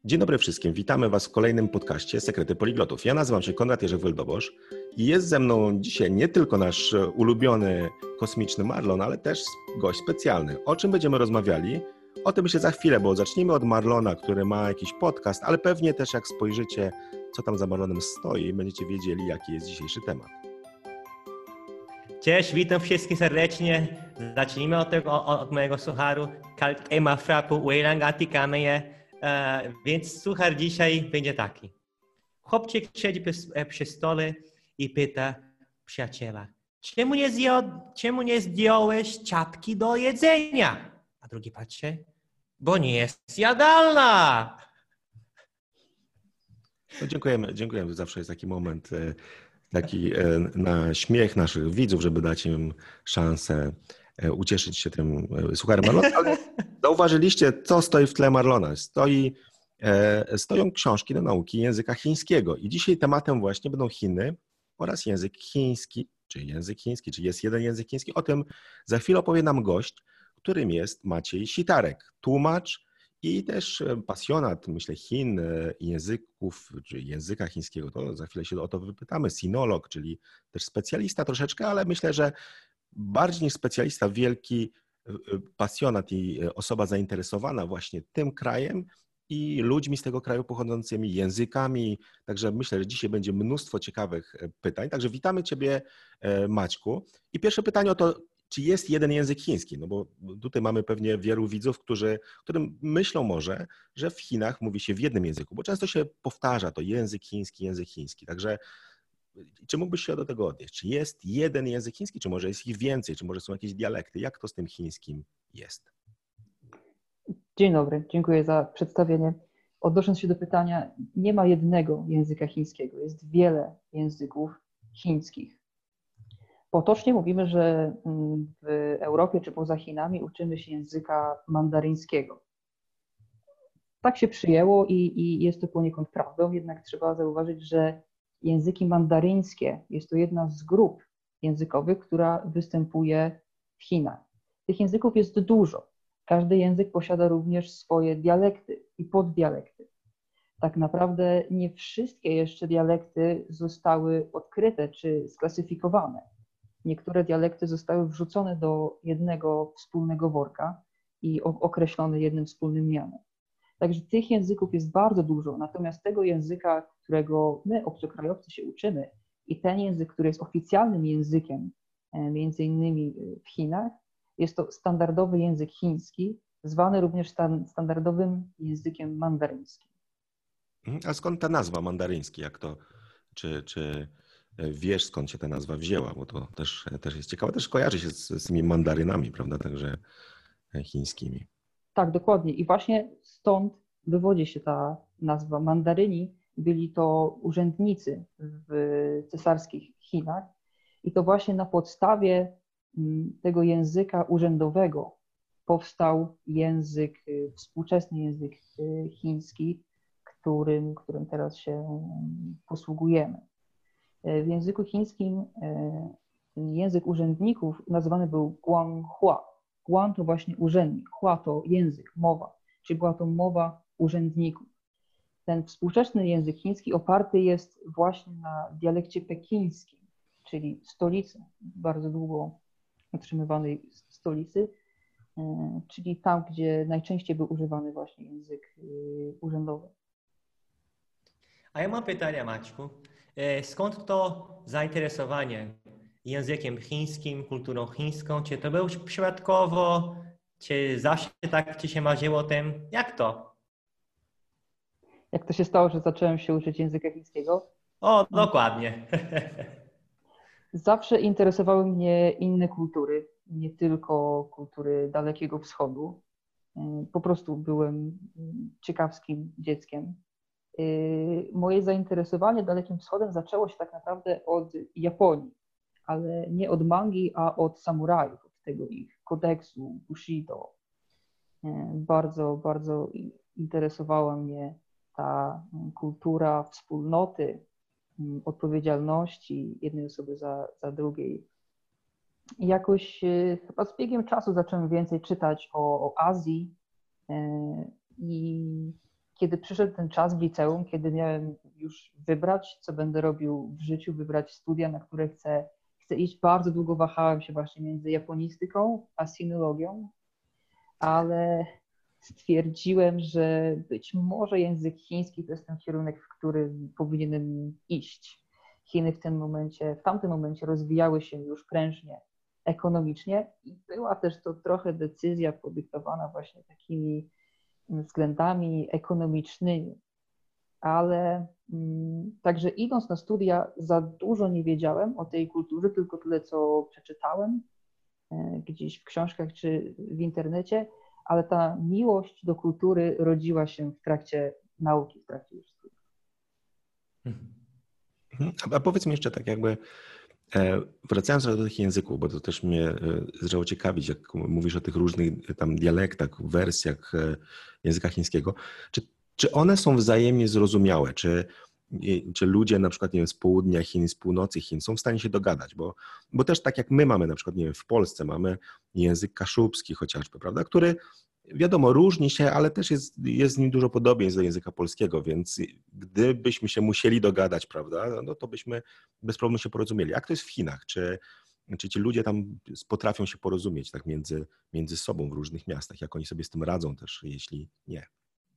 Dzień dobry wszystkim, witamy Was w kolejnym podcaście Sekrety Poliglotów. Ja nazywam się Konrad Jerzy Wojldobosz i jest ze mną dzisiaj nie tylko nasz ulubiony kosmiczny Marlon, ale też gość specjalny. O czym będziemy rozmawiali? O tym myślę za chwilę, bo zacznijmy od Marlona, który ma jakiś podcast, ale pewnie też jak spojrzycie, co tam za Marlonem stoi, będziecie wiedzieli, jaki jest dzisiejszy temat. Cześć, witam wszystkich serdecznie. Zacznijmy od mojego sucharu. Kalt Ema Frapu Uelangati Kameje. Więc suchar dzisiaj będzie taki. Chłopczyk siedzi przy stole i pyta przyjaciela, czemu nie zdjąłeś czapki do jedzenia? A drugi patrzy, bo nie jest jadalna. No dziękujemy. Zawsze jest taki moment na śmiech naszych widzów, żeby dać im szansę ucieszyć się tym sucharem Marlona. Ale zauważyliście, co stoi w tle Marlona? Stoją książki do nauki języka chińskiego i dzisiaj tematem właśnie będą Chiny oraz język chiński, czy jest jeden język chiński. O tym za chwilę opowie nam gość, którym jest Maciej Sitarek, tłumacz i też pasjonat, myślę, Chin i języków, czy języka chińskiego. To za chwilę się o to wypytamy. Sinolog, czyli też specjalista troszeczkę, ale myślę, że bardziej niż specjalista, wielki pasjonat i osoba zainteresowana właśnie tym krajem i ludźmi z tego kraju pochodzącymi, językami. Także myślę, że dzisiaj będzie mnóstwo ciekawych pytań. Także witamy Ciebie, Maćku. I pierwsze pytanie o to, czy jest jeden język chiński? No bo tutaj mamy pewnie wielu widzów, którym myślą może, że w Chinach mówi się w jednym języku, bo często się powtarza to język chiński. Także czy mógłbyś się do tego odnieść? Czy jest jeden język chiński, czy może jest ich więcej, czy może są jakieś dialekty? Jak to z tym chińskim jest? Dzień dobry, dziękuję za przedstawienie. Odnosząc się do pytania, nie ma jednego języka chińskiego, jest wiele języków chińskich. Potocznie mówimy, że w Europie czy poza Chinami uczymy się języka mandaryńskiego. Tak się przyjęło i jest to poniekąd prawdą, jednak trzeba zauważyć, że języki mandaryńskie jest to jedna z grup językowych, która występuje w Chinach. Tych języków jest dużo. Każdy język posiada również swoje dialekty i poddialekty. Tak naprawdę nie wszystkie jeszcze dialekty zostały odkryte czy sklasyfikowane. Niektóre dialekty zostały wrzucone do jednego wspólnego worka i określone jednym wspólnym mianem. Także tych języków jest bardzo dużo, natomiast tego języka, którego my, obcokrajowcy, się uczymy i ten język, który jest oficjalnym językiem, między innymi w Chinach, jest to standardowy język chiński, zwany również standardowym językiem mandaryńskim. A skąd ta nazwa mandaryński? Czy wiesz, skąd się ta nazwa wzięła? Bo to też jest ciekawe, też kojarzy się z tymi mandarynami, prawda, także chińskimi. Tak, dokładnie. I właśnie stąd wywodzi się ta nazwa. Mandaryni byli to urzędnicy w cesarskich Chinach i to właśnie na podstawie tego języka urzędowego powstał współczesny język chiński, którym teraz się posługujemy. W języku chińskim język urzędników nazywany był Guanghua. Guan to właśnie urzędnik, Hua to język, mowa, czyli była to mowa urzędników. Ten współczesny język chiński oparty jest właśnie na dialekcie pekińskim, czyli stolicy, bardzo długo utrzymywanej stolicy, czyli tam, gdzie najczęściej był używany właśnie język urzędowy. A ja mam pytanie, Maćku. Skąd to zainteresowanie językiem chińskim, kulturą chińską? Czy to było przypadkowo? Czy zawsze tak ci się marzyło o tym? Jak to? Jak to się stało, że zacząłem się uczyć języka chińskiego? O, dokładnie. Zawsze interesowały mnie inne kultury, nie tylko kultury Dalekiego Wschodu. Po prostu byłem ciekawskim dzieckiem. Moje zainteresowanie Dalekim Wschodem zaczęło się tak naprawdę od Japonii, ale nie od mangi, a od samurajów, od tego ich kodeksu, Bushido. Bardzo, bardzo interesowała mnie ta kultura wspólnoty, odpowiedzialności jednej osoby za drugiej. I jakoś chyba z biegiem czasu zacząłem więcej czytać o Azji i kiedy przyszedł ten czas w liceum, kiedy miałem już wybrać, co będę robił w życiu, wybrać studia, na które chcę iść, bardzo długo wahałem się właśnie między japonistyką a sinologią, ale stwierdziłem, że być może język chiński to jest ten kierunek, w którym powinienem iść. Chiny w tamtym momencie rozwijały się już prężnie ekonomicznie i była też to trochę decyzja podyktowana właśnie takimi względami ekonomicznymi. Ale także idąc na studia za dużo nie wiedziałem o tej kulturze, tylko tyle, co przeczytałem gdzieś w książkach czy w internecie, ale ta miłość do kultury rodziła się w trakcie nauki, w trakcie już studiów. A powiedz mi jeszcze tak jakby, wracając do tych języków, bo to też mnie zaczęło ciekawić, jak mówisz o tych różnych tam dialektach, wersjach języka chińskiego, czy one są wzajemnie zrozumiałe, czy ludzie na przykład, nie wiem, z południa Chin, z północy Chin są w stanie się dogadać, bo też tak jak my mamy na przykład, nie wiem, w Polsce mamy język kaszubski chociażby, prawda, który wiadomo różni się, ale też jest z nim dużo podobieństw do języka polskiego, więc gdybyśmy się musieli dogadać, prawda, no to byśmy bez problemu się porozumieli. Jak to jest w Chinach? Czy ci ludzie tam potrafią się porozumieć tak między sobą w różnych miastach? Jak oni sobie z tym radzą też, jeśli nie?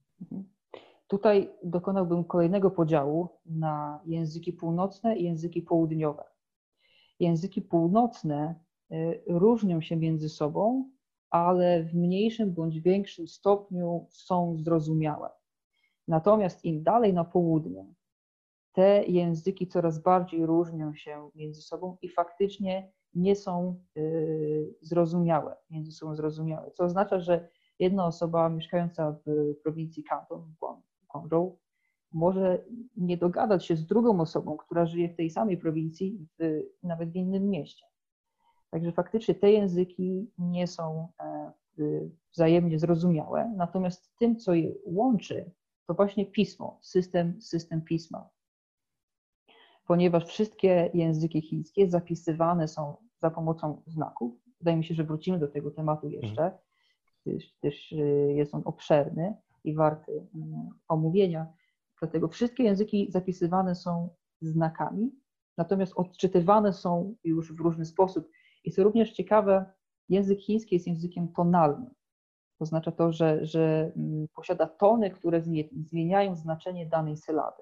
Tutaj dokonałbym kolejnego podziału na języki północne i języki południowe. Języki północne różnią się między sobą, ale w mniejszym bądź większym stopniu są zrozumiałe. Natomiast im dalej na południe, te języki coraz bardziej różnią się między sobą i faktycznie nie są zrozumiałe, co oznacza, że jedna osoba mieszkająca w prowincji Kanton, Guangzhou, może nie dogadać się z drugą osobą, która żyje w tej samej prowincji, nawet w innym mieście. Także faktycznie te języki nie są wzajemnie zrozumiałe, natomiast tym, co je łączy, to właśnie pismo, system pisma. Ponieważ wszystkie języki chińskie zapisywane są za pomocą znaków. Wydaje mi się, że wrócimy do tego tematu jeszcze, gdyż jest on obszerny i warty omówienia. Dlatego wszystkie języki zapisywane są znakami, natomiast odczytywane są już w różny sposób. I co również ciekawe, język chiński jest językiem tonalnym. To oznacza to, że posiada tony, które zmieniają znaczenie danej sylaby.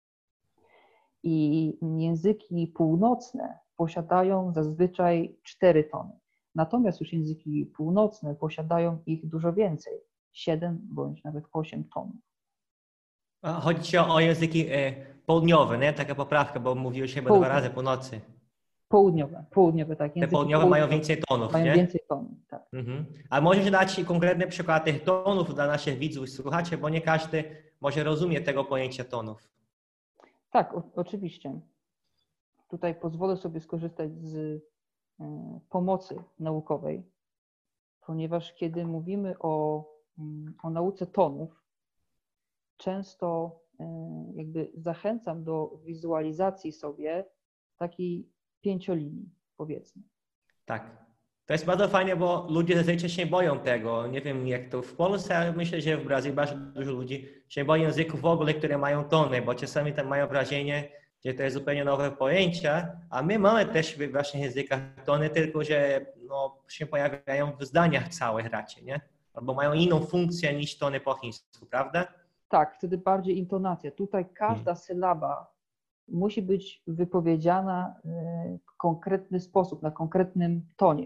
I języki północne posiadają zazwyczaj 4 tony. Natomiast już języki północne posiadają ich dużo więcej, 7 bądź nawet 8 tonów. Chodzi ci o języki południowe, nie? Taka poprawka, bo mówiłeś chyba 2 razy północy. Południowe, tak. Te południowe mają więcej tonów, mają nie? więcej tonów, tak. A możesz dać konkretny przykład tych tonów dla naszych widzów i słuchaczy, bo nie każdy może rozumie tego pojęcia tonów. Tak, oczywiście. Tutaj pozwolę sobie skorzystać z pomocy naukowej, ponieważ kiedy mówimy o nauce tonów, często jakby zachęcam do wizualizacji sobie takiej 5-linii, powiedzmy. Tak. To jest bardzo fajne, bo ludzie zazwyczaj się boją tego. Nie wiem jak to w Polsce, ale myślę, że w Brazylii bardzo dużo ludzi się boi języków w ogóle, które mają tony, bo czasami tam mają wrażenie, że to jest zupełnie nowe pojęcie, a my mamy też w naszych językach tony, tylko że się pojawiają w zdaniach całych raczej, nie? Albo mają inną funkcję niż tony po chińsku, prawda? Tak, wtedy bardziej intonacja. Tutaj każda sylaba musi być wypowiedziana w konkretny sposób, na konkretnym tonie.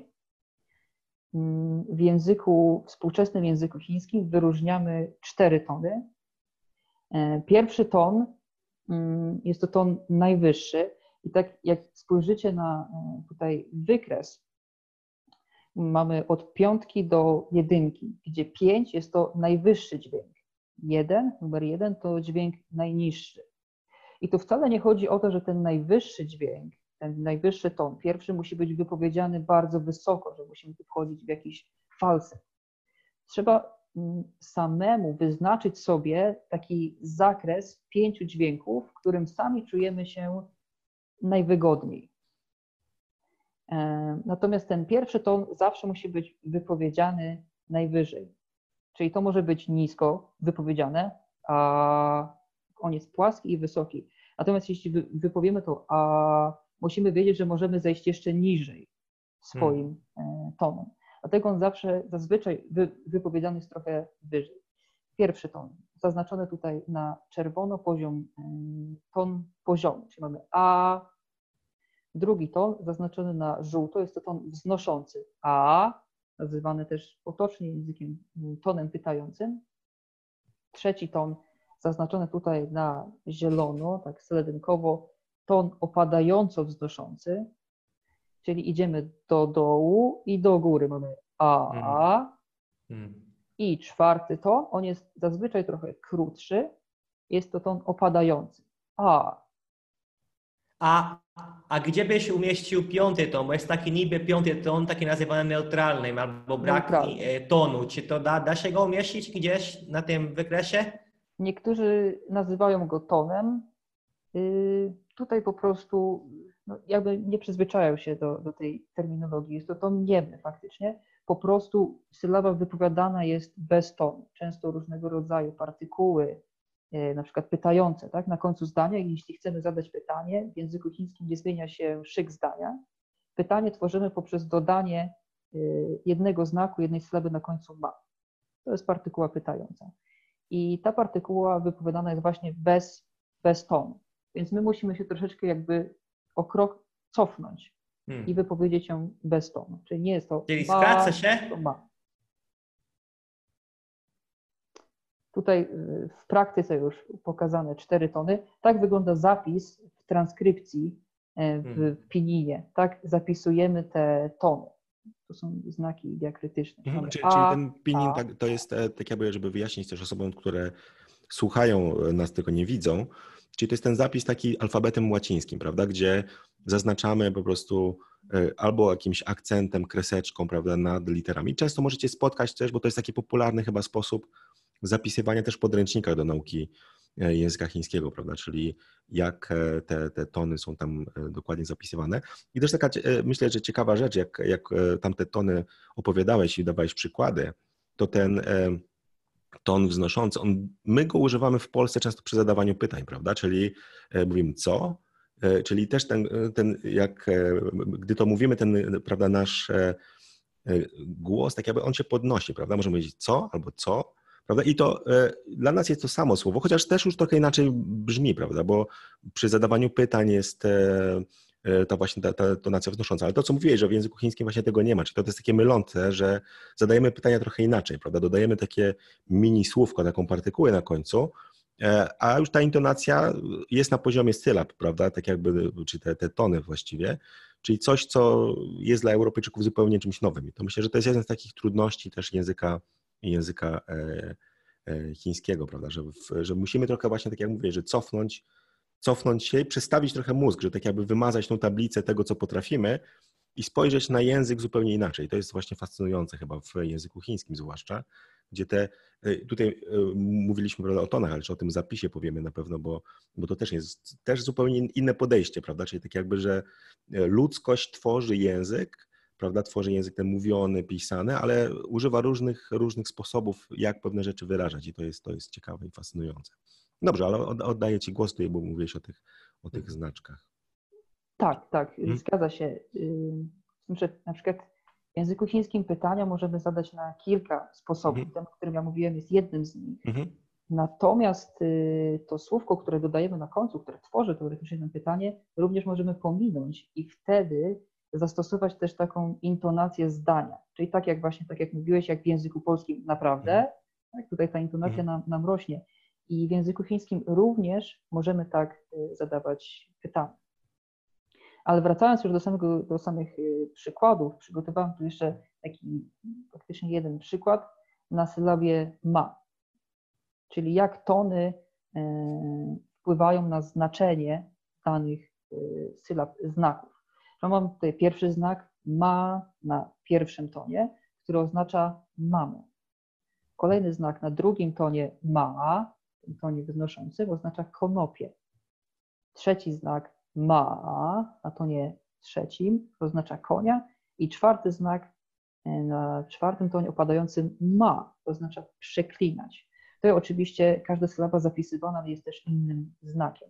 W współczesnym języku chińskim wyróżniamy 4 tony. Pierwszy ton jest to ton najwyższy i tak jak spojrzycie na tutaj wykres, mamy od 5 do 1, gdzie 5 jest to najwyższy dźwięk. Numer 1 to dźwięk najniższy. I tu wcale nie chodzi o to, że ten najwyższy dźwięk, ten najwyższy ton, pierwszy musi być wypowiedziany bardzo wysoko, że musimy tu wchodzić w jakiś falset. Trzeba samemu wyznaczyć sobie taki zakres 5 dźwięków, w którym sami czujemy się najwygodniej. Natomiast ten pierwszy ton zawsze musi być wypowiedziany najwyżej. Czyli to może być nisko wypowiedziane, a, on jest płaski i wysoki. Natomiast jeśli wypowiemy to a, musimy wiedzieć, że możemy zejść jeszcze niżej swoim tonem. Dlatego on zazwyczaj wypowiedziany jest trochę wyżej. Pierwszy ton, zaznaczony tutaj na czerwono ton poziomy, czyli mamy a. Drugi ton zaznaczony na żółto, jest to ton wznoszący a, nazywany też potocznie językiem tonem pytającym. Trzeci ton zaznaczony tutaj na zielono, tak seledynkowo, ton opadająco wznoszący, czyli idziemy do dołu i do góry mamy a. I czwarty ton, on jest zazwyczaj trochę krótszy, jest to ton opadający a. A gdzie byś umieścił piąty ton? Bo jest taki niby piąty ton, taki nazywany neutralnym, albo brak tonu. Czy to da się go umieścić gdzieś na tym wykresie? Niektórzy nazywają go tonem. Tutaj po prostu jakby nie przyzwyczajają się do tej terminologii. Jest to ton niemy faktycznie. Po prostu sylaba wypowiadana jest bez tonu. Często różnego rodzaju partykuły, na przykład pytające, tak, na końcu zdania. I jeśli chcemy zadać pytanie, w języku chińskim nie zmienia się szyk zdania. Pytanie tworzymy poprzez dodanie jednego znaku, jednej sylaby na końcu ma. To jest partykuła pytająca. I ta partykuła wypowiadana jest właśnie bez tonu. Więc my musimy się troszeczkę jakby o krok cofnąć i wypowiedzieć ją bez tonu. Czyli nie jest to czyli ma, skraca się? to ma. Tutaj w praktyce już pokazane 4 tony. Tak wygląda zapis w transkrypcji w pininie. Tak zapisujemy te tony. To są znaki diakrytyczne. Czyli ten pinin to jest tak jakby, żeby wyjaśnić też osobom, które słuchają nas, tylko nie widzą, czyli to jest ten zapis taki alfabetem łacińskim, prawda, gdzie zaznaczamy po prostu albo jakimś akcentem, kreseczką, prawda, nad literami. Często możecie spotkać też, bo to jest taki popularny chyba sposób zapisywania też w podręcznikach do nauki języka chińskiego, prawda, czyli jak te tony są tam dokładnie zapisywane. I też taka, myślę, że ciekawa rzecz, jak tam te tony opowiadałeś i dawałeś przykłady, to ten ton wznoszący, my go używamy w Polsce często przy zadawaniu pytań, prawda, czyli mówimy co, czyli też gdy to mówimy, ten, prawda, nasz głos, tak jakby on się podnosi, prawda, możemy powiedzieć co albo co, prawda, i to dla nas jest to samo słowo, chociaż też już trochę inaczej brzmi, prawda, bo przy zadawaniu pytań jest ta właśnie ta tonacja wznosząca, ale to, co mówiłeś, że w języku chińskim właśnie tego nie ma, czyli to jest takie mylące, że zadajemy pytania trochę inaczej, prawda, dodajemy takie mini słówko, taką partykułę na końcu, a już ta intonacja jest na poziomie sylab, prawda, tak jakby, czy te tony właściwie, czyli coś, co jest dla Europejczyków zupełnie czymś nowym. I to myślę, że to jest jedna z takich trudności też języka chińskiego, prawda, że musimy trochę właśnie, tak jak mówię, że cofnąć się i przestawić trochę mózg, że tak jakby wymazać tą tablicę tego, co potrafimy i spojrzeć na język zupełnie inaczej. To jest właśnie fascynujące chyba w języku chińskim zwłaszcza, gdzie tutaj mówiliśmy, prawda, o tonach, ale czy o tym zapisie powiemy na pewno, bo to też jest zupełnie inne podejście, prawda, czyli tak jakby, że ludzkość tworzy język, prawda, tworzy język ten mówiony, pisany, ale używa różnych sposobów, jak pewne rzeczy wyrażać i to jest ciekawe i fascynujące. Dobrze, ale oddaję Ci głos tutaj, bo mówiłeś o tych znaczkach. Tak, zgadza się. Znaczy, na przykład w języku chińskim pytania możemy zadać na kilka sposobów. Ten, o którym ja mówiłem, jest jednym z nich. Natomiast to słówko, które dodajemy na końcu, które tworzy teoretycznie nam pytanie, również możemy pominąć i wtedy zastosować też taką intonację zdania. Czyli tak jak mówiłeś, jak w języku polskim naprawdę, tak, tutaj ta intonacja nam rośnie. I w języku chińskim również możemy tak zadawać pytania. Ale wracając już do samych przykładów, przygotowałem tu jeszcze taki faktycznie jeden przykład na sylabie ma, czyli jak tony wpływają na znaczenie danych sylab, znaków. Mam tutaj pierwszy znak ma na pierwszym tonie, który oznacza mamę. Kolejny znak na drugim tonie ma, w tym tonie wznoszącym, oznacza konopie. Trzeci znak ma na tonie trzecim, oznacza konia. I czwarty znak na czwartym tonie opadającym ma, to oznacza przeklinać. To oczywiście każda sylaba zapisywana jest też innym znakiem.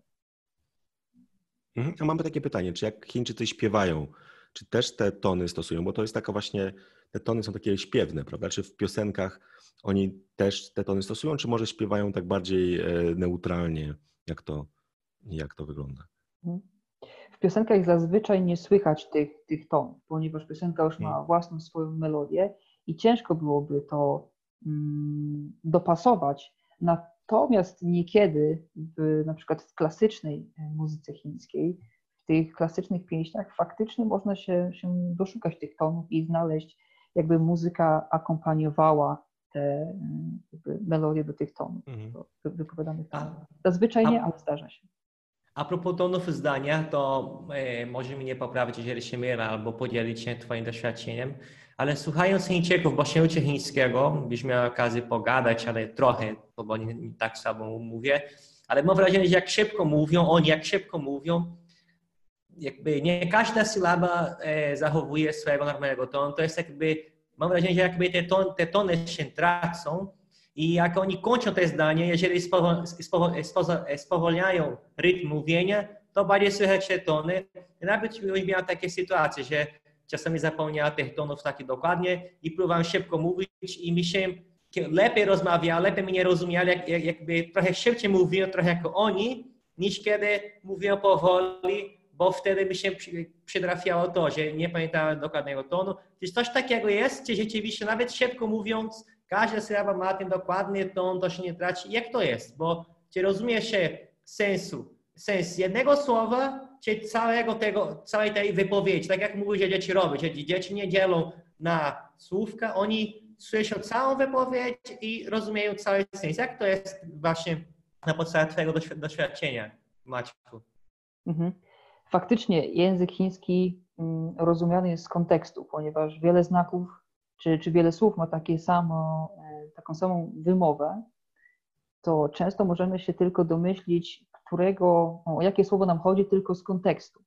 A mamy takie pytanie, czy jak Chińczycy śpiewają, czy też te tony stosują, bo to jest taka właśnie, te tony są takie śpiewne, prawda? Czy w piosenkach oni też te tony stosują, czy może śpiewają tak bardziej neutralnie, jak to wygląda? W piosenkach zazwyczaj nie słychać tych tonów, ponieważ piosenka już ma własną swoją melodię i ciężko byłoby to dopasować. Natomiast niekiedy, na przykład w klasycznej muzyce chińskiej, w tych klasycznych pieśniach faktycznie można się doszukać tych tonów i znaleźć, jakby muzyka akompaniowała te melodie do tych tonów, wypowiadanych tonów. Zazwyczaj nie, ale zdarza się. A propos tonów zdania, to może mnie poprawić, jeżeli się mylę, albo podzielić się Twoim doświadczeniem. Ale słuchając Chińczyków, bo się uczę chińskiego, byś miał okazję pogadać, ale trochę, bo nie tak samo mówię. Ale mam wrażenie, że jak szybko mówią, jakby nie każda sylaba zachowuje swojego normalnego tonu. To jest jakby, mam wrażenie, że jakby te tony się tracą. I jak oni kończą te zdanie, jeżeli spowalniają rytm mówienia, to bardziej słychać te tony. I nawet miałem takie sytuacje, że czasami zapomniałem tych tonów tak dokładnie i próbowałem szybko mówić i mi się lepiej rozmawiał, lepiej mnie rozumieli, jakby trochę szybciej mówiłem, trochę jak oni, niż kiedy mówiłem powoli, bo wtedy mi się przytrafiało to, że nie pamiętałem dokładnego tonu. Czy coś takiego jest, czy rzeczywiście nawet szybko mówiąc, każda sylaba ma ten dokładny ton, to się nie traci. Jak to jest? Bo czy rozumie się sens jednego słowa, czy całej tej wypowiedzi? Tak jak mówisz, że dzieci robią, że dzieci nie dzielą na słówka, oni słyszą całą wypowiedź i rozumieją cały sens. Jak to jest właśnie na podstawie Twojego doświadczenia, Maćku? Faktycznie język chiński rozumiany jest z kontekstu, ponieważ wiele znaków czy wiele słów ma taką samą wymowę, to często możemy się tylko domyślić, o jakie słowo nam chodzi, tylko z kontekstu.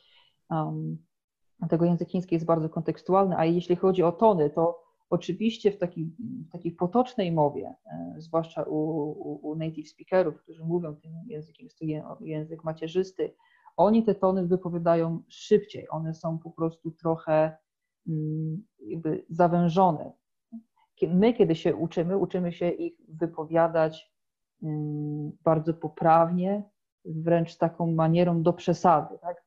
Dlatego język chiński jest bardzo kontekstualny, a jeśli chodzi o tony, to oczywiście w takiej potocznej mowie, zwłaszcza u native speakerów, którzy mówią tym językiem, jest to język macierzysty, oni te tony wypowiadają szybciej, one są po prostu trochę jakby zawężone. My, kiedy się uczymy się ich wypowiadać bardzo poprawnie, wręcz z taką manierą do przesady. Tak?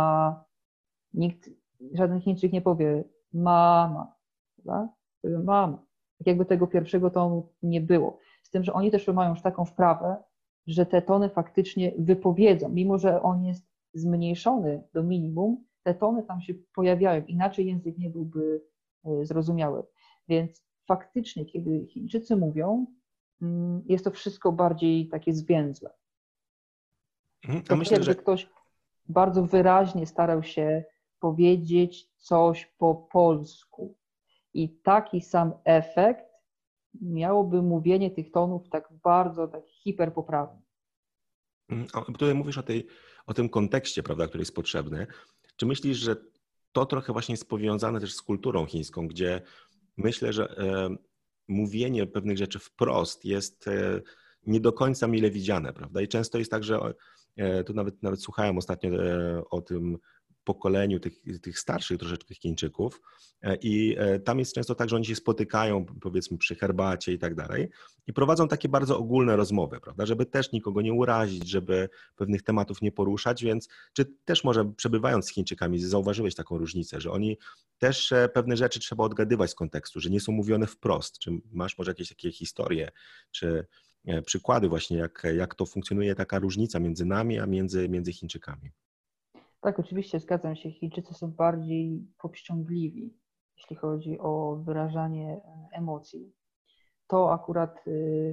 Żaden Chińczyk nie powie mama, tak? Mama. Tak jakby tego pierwszego tonu nie było. Z tym, że oni też mają już taką wprawę, że te tony faktycznie wypowiedzą, mimo że on jest zmniejszony do minimum, te tony tam się pojawiają, inaczej język nie byłby zrozumiały. Więc faktycznie, kiedy Chińczycy mówią, jest to wszystko bardziej takie zwięzłe. To myślę, jakby ktoś bardzo wyraźnie starał się powiedzieć coś po polsku. I taki sam efekt miałoby mówienie tych tonów tak bardzo hiperpoprawnie. Tutaj mówisz o tym kontekście, prawda, który jest potrzebny. Czy myślisz, że to trochę właśnie jest powiązane też z kulturą chińską, gdzie myślę, że mówienie pewnych rzeczy wprost jest nie do końca mile widziane, prawda? I często jest tak, że tu nawet słuchałem ostatnio o tym pokoleniu tych starszych troszeczkę Chińczyków i tam jest często tak, że oni się spotykają, powiedzmy, przy herbacie i tak dalej i prowadzą takie bardzo ogólne rozmowy, prawda, żeby też nikogo nie urazić, żeby pewnych tematów nie poruszać, więc czy też może przebywając z Chińczykami zauważyłeś taką różnicę, że oni też pewne rzeczy trzeba odgadywać z kontekstu, że nie są mówione wprost? Czy masz może jakieś takie historie, czy przykłady właśnie, jak to funkcjonuje, taka różnica między nami, a między Chińczykami? Tak, oczywiście zgadzam się. Chińczycy są bardziej powściągliwi, jeśli chodzi o wyrażanie emocji. To akurat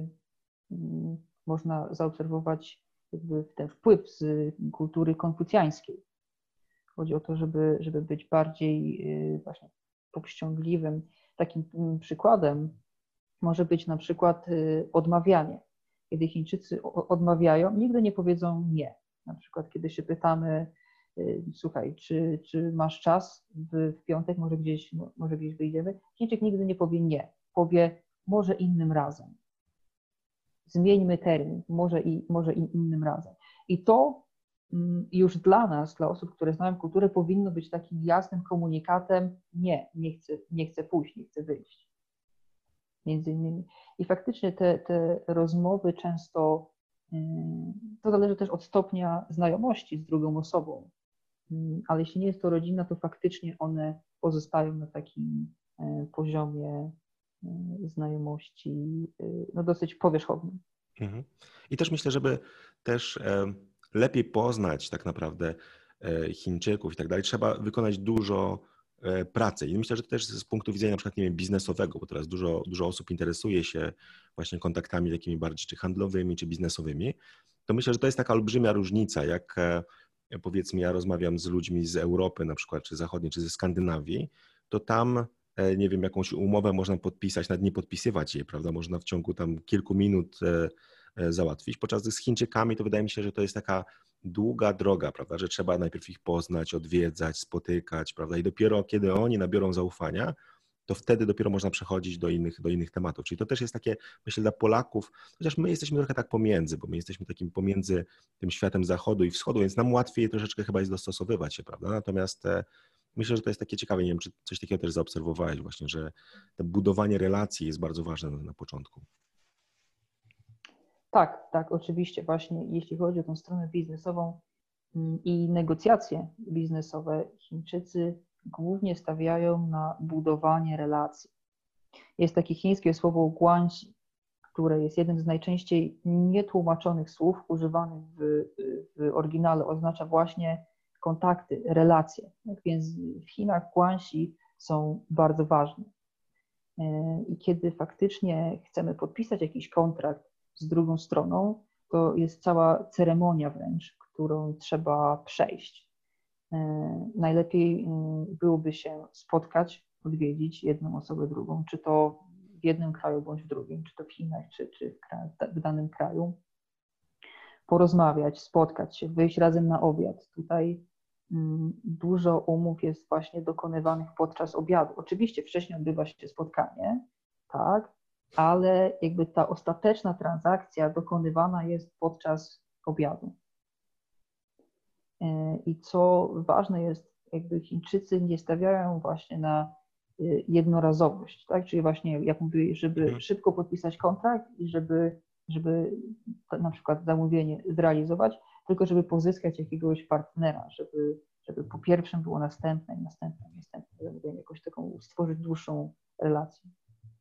można zaobserwować jakby ten wpływ z kultury konfucjańskiej. Chodzi o to, żeby być bardziej właśnie powściągliwym. Takim przykładem może być na przykład odmawianie. Kiedy Chińczycy odmawiają, nigdy nie powiedzą nie. Na przykład kiedy się pytamy, słuchaj, czy masz czas w piątek, może gdzieś wyjdziemy? Chińczyk nigdy nie powie nie, powie może innym razem. zmieńmy termin, może i innym razem. I to już dla nas, dla osób, które znają kulturę, powinno być takim jasnym komunikatem: nie chcę pójść, nie chcę wyjść. Między innymi. I faktycznie te rozmowy często, to zależy też od stopnia znajomości z drugą osobą, ale jeśli nie jest to rodzina, to faktycznie one pozostają na takim poziomie znajomości no dosyć powierzchownym. Mhm. I też myślę, żeby też lepiej poznać tak naprawdę Chińczyków i tak dalej, trzeba wykonać dużo pracy. I myślę, że to też z punktu widzenia na przykład, nie wiem, biznesowego, bo teraz dużo osób interesuje się właśnie kontaktami takimi bardziej czy handlowymi, czy biznesowymi, to myślę, że to jest taka olbrzymia różnica, jak powiedzmy ja rozmawiam z ludźmi z Europy na przykład, czy zachodniej, czy ze Skandynawii, to tam nie wiem, jakąś umowę można podpisać, nawet nie podpisywać jej, prawda? Można w ciągu tam kilku minut załatwić. Podczas gdy z Chińczykami to wydaje mi się, że to jest taka długa droga, prawda? Że trzeba najpierw ich poznać, odwiedzać, spotykać, prawda? I dopiero kiedy oni nabiorą zaufania, to wtedy dopiero można przechodzić do innych tematów. Czyli to też jest takie, myślę, dla Polaków, chociaż my jesteśmy trochę tak pomiędzy, bo my jesteśmy takim pomiędzy tym światem zachodu i wschodu, więc nam łatwiej troszeczkę chyba jest dostosowywać się, prawda? Natomiast myślę, że to jest takie ciekawe, nie wiem, czy coś takiego też zaobserwowałeś właśnie, że to budowanie relacji jest bardzo ważne na początku. Tak, oczywiście. Właśnie jeśli chodzi o tą stronę biznesową i negocjacje biznesowe, Chińczycy głównie stawiają na budowanie relacji. Jest takie chińskie słowo guanxi, które jest jednym z najczęściej nietłumaczonych słów używanych w oryginale. Oznacza właśnie kontakty, relacje. Tak więc w Chinach guanxi są bardzo ważne. I kiedy faktycznie chcemy podpisać jakiś kontrakt z drugą stroną, to jest cała ceremonia wręcz, którą trzeba przejść. Najlepiej byłoby się spotkać, odwiedzić jedną osobę, drugą, czy to w jednym kraju bądź w drugim, czy to w Chinach, czy w danym kraju, porozmawiać, spotkać się, wyjść razem na obiad. Tutaj dużo umów jest właśnie dokonywanych podczas obiadu. Oczywiście wcześniej odbywa się spotkanie, tak, ale jakby ta ostateczna transakcja dokonywana jest podczas obiadu. I co ważne jest, jakby Chińczycy nie stawiają właśnie na jednorazowość, tak? Czyli właśnie, jak mówię, żeby szybko podpisać kontrakt i żeby na przykład zamówienie zrealizować, tylko żeby pozyskać jakiegoś partnera, żeby po pierwszym było następne zamówienie, jakoś taką stworzyć dłuższą relację.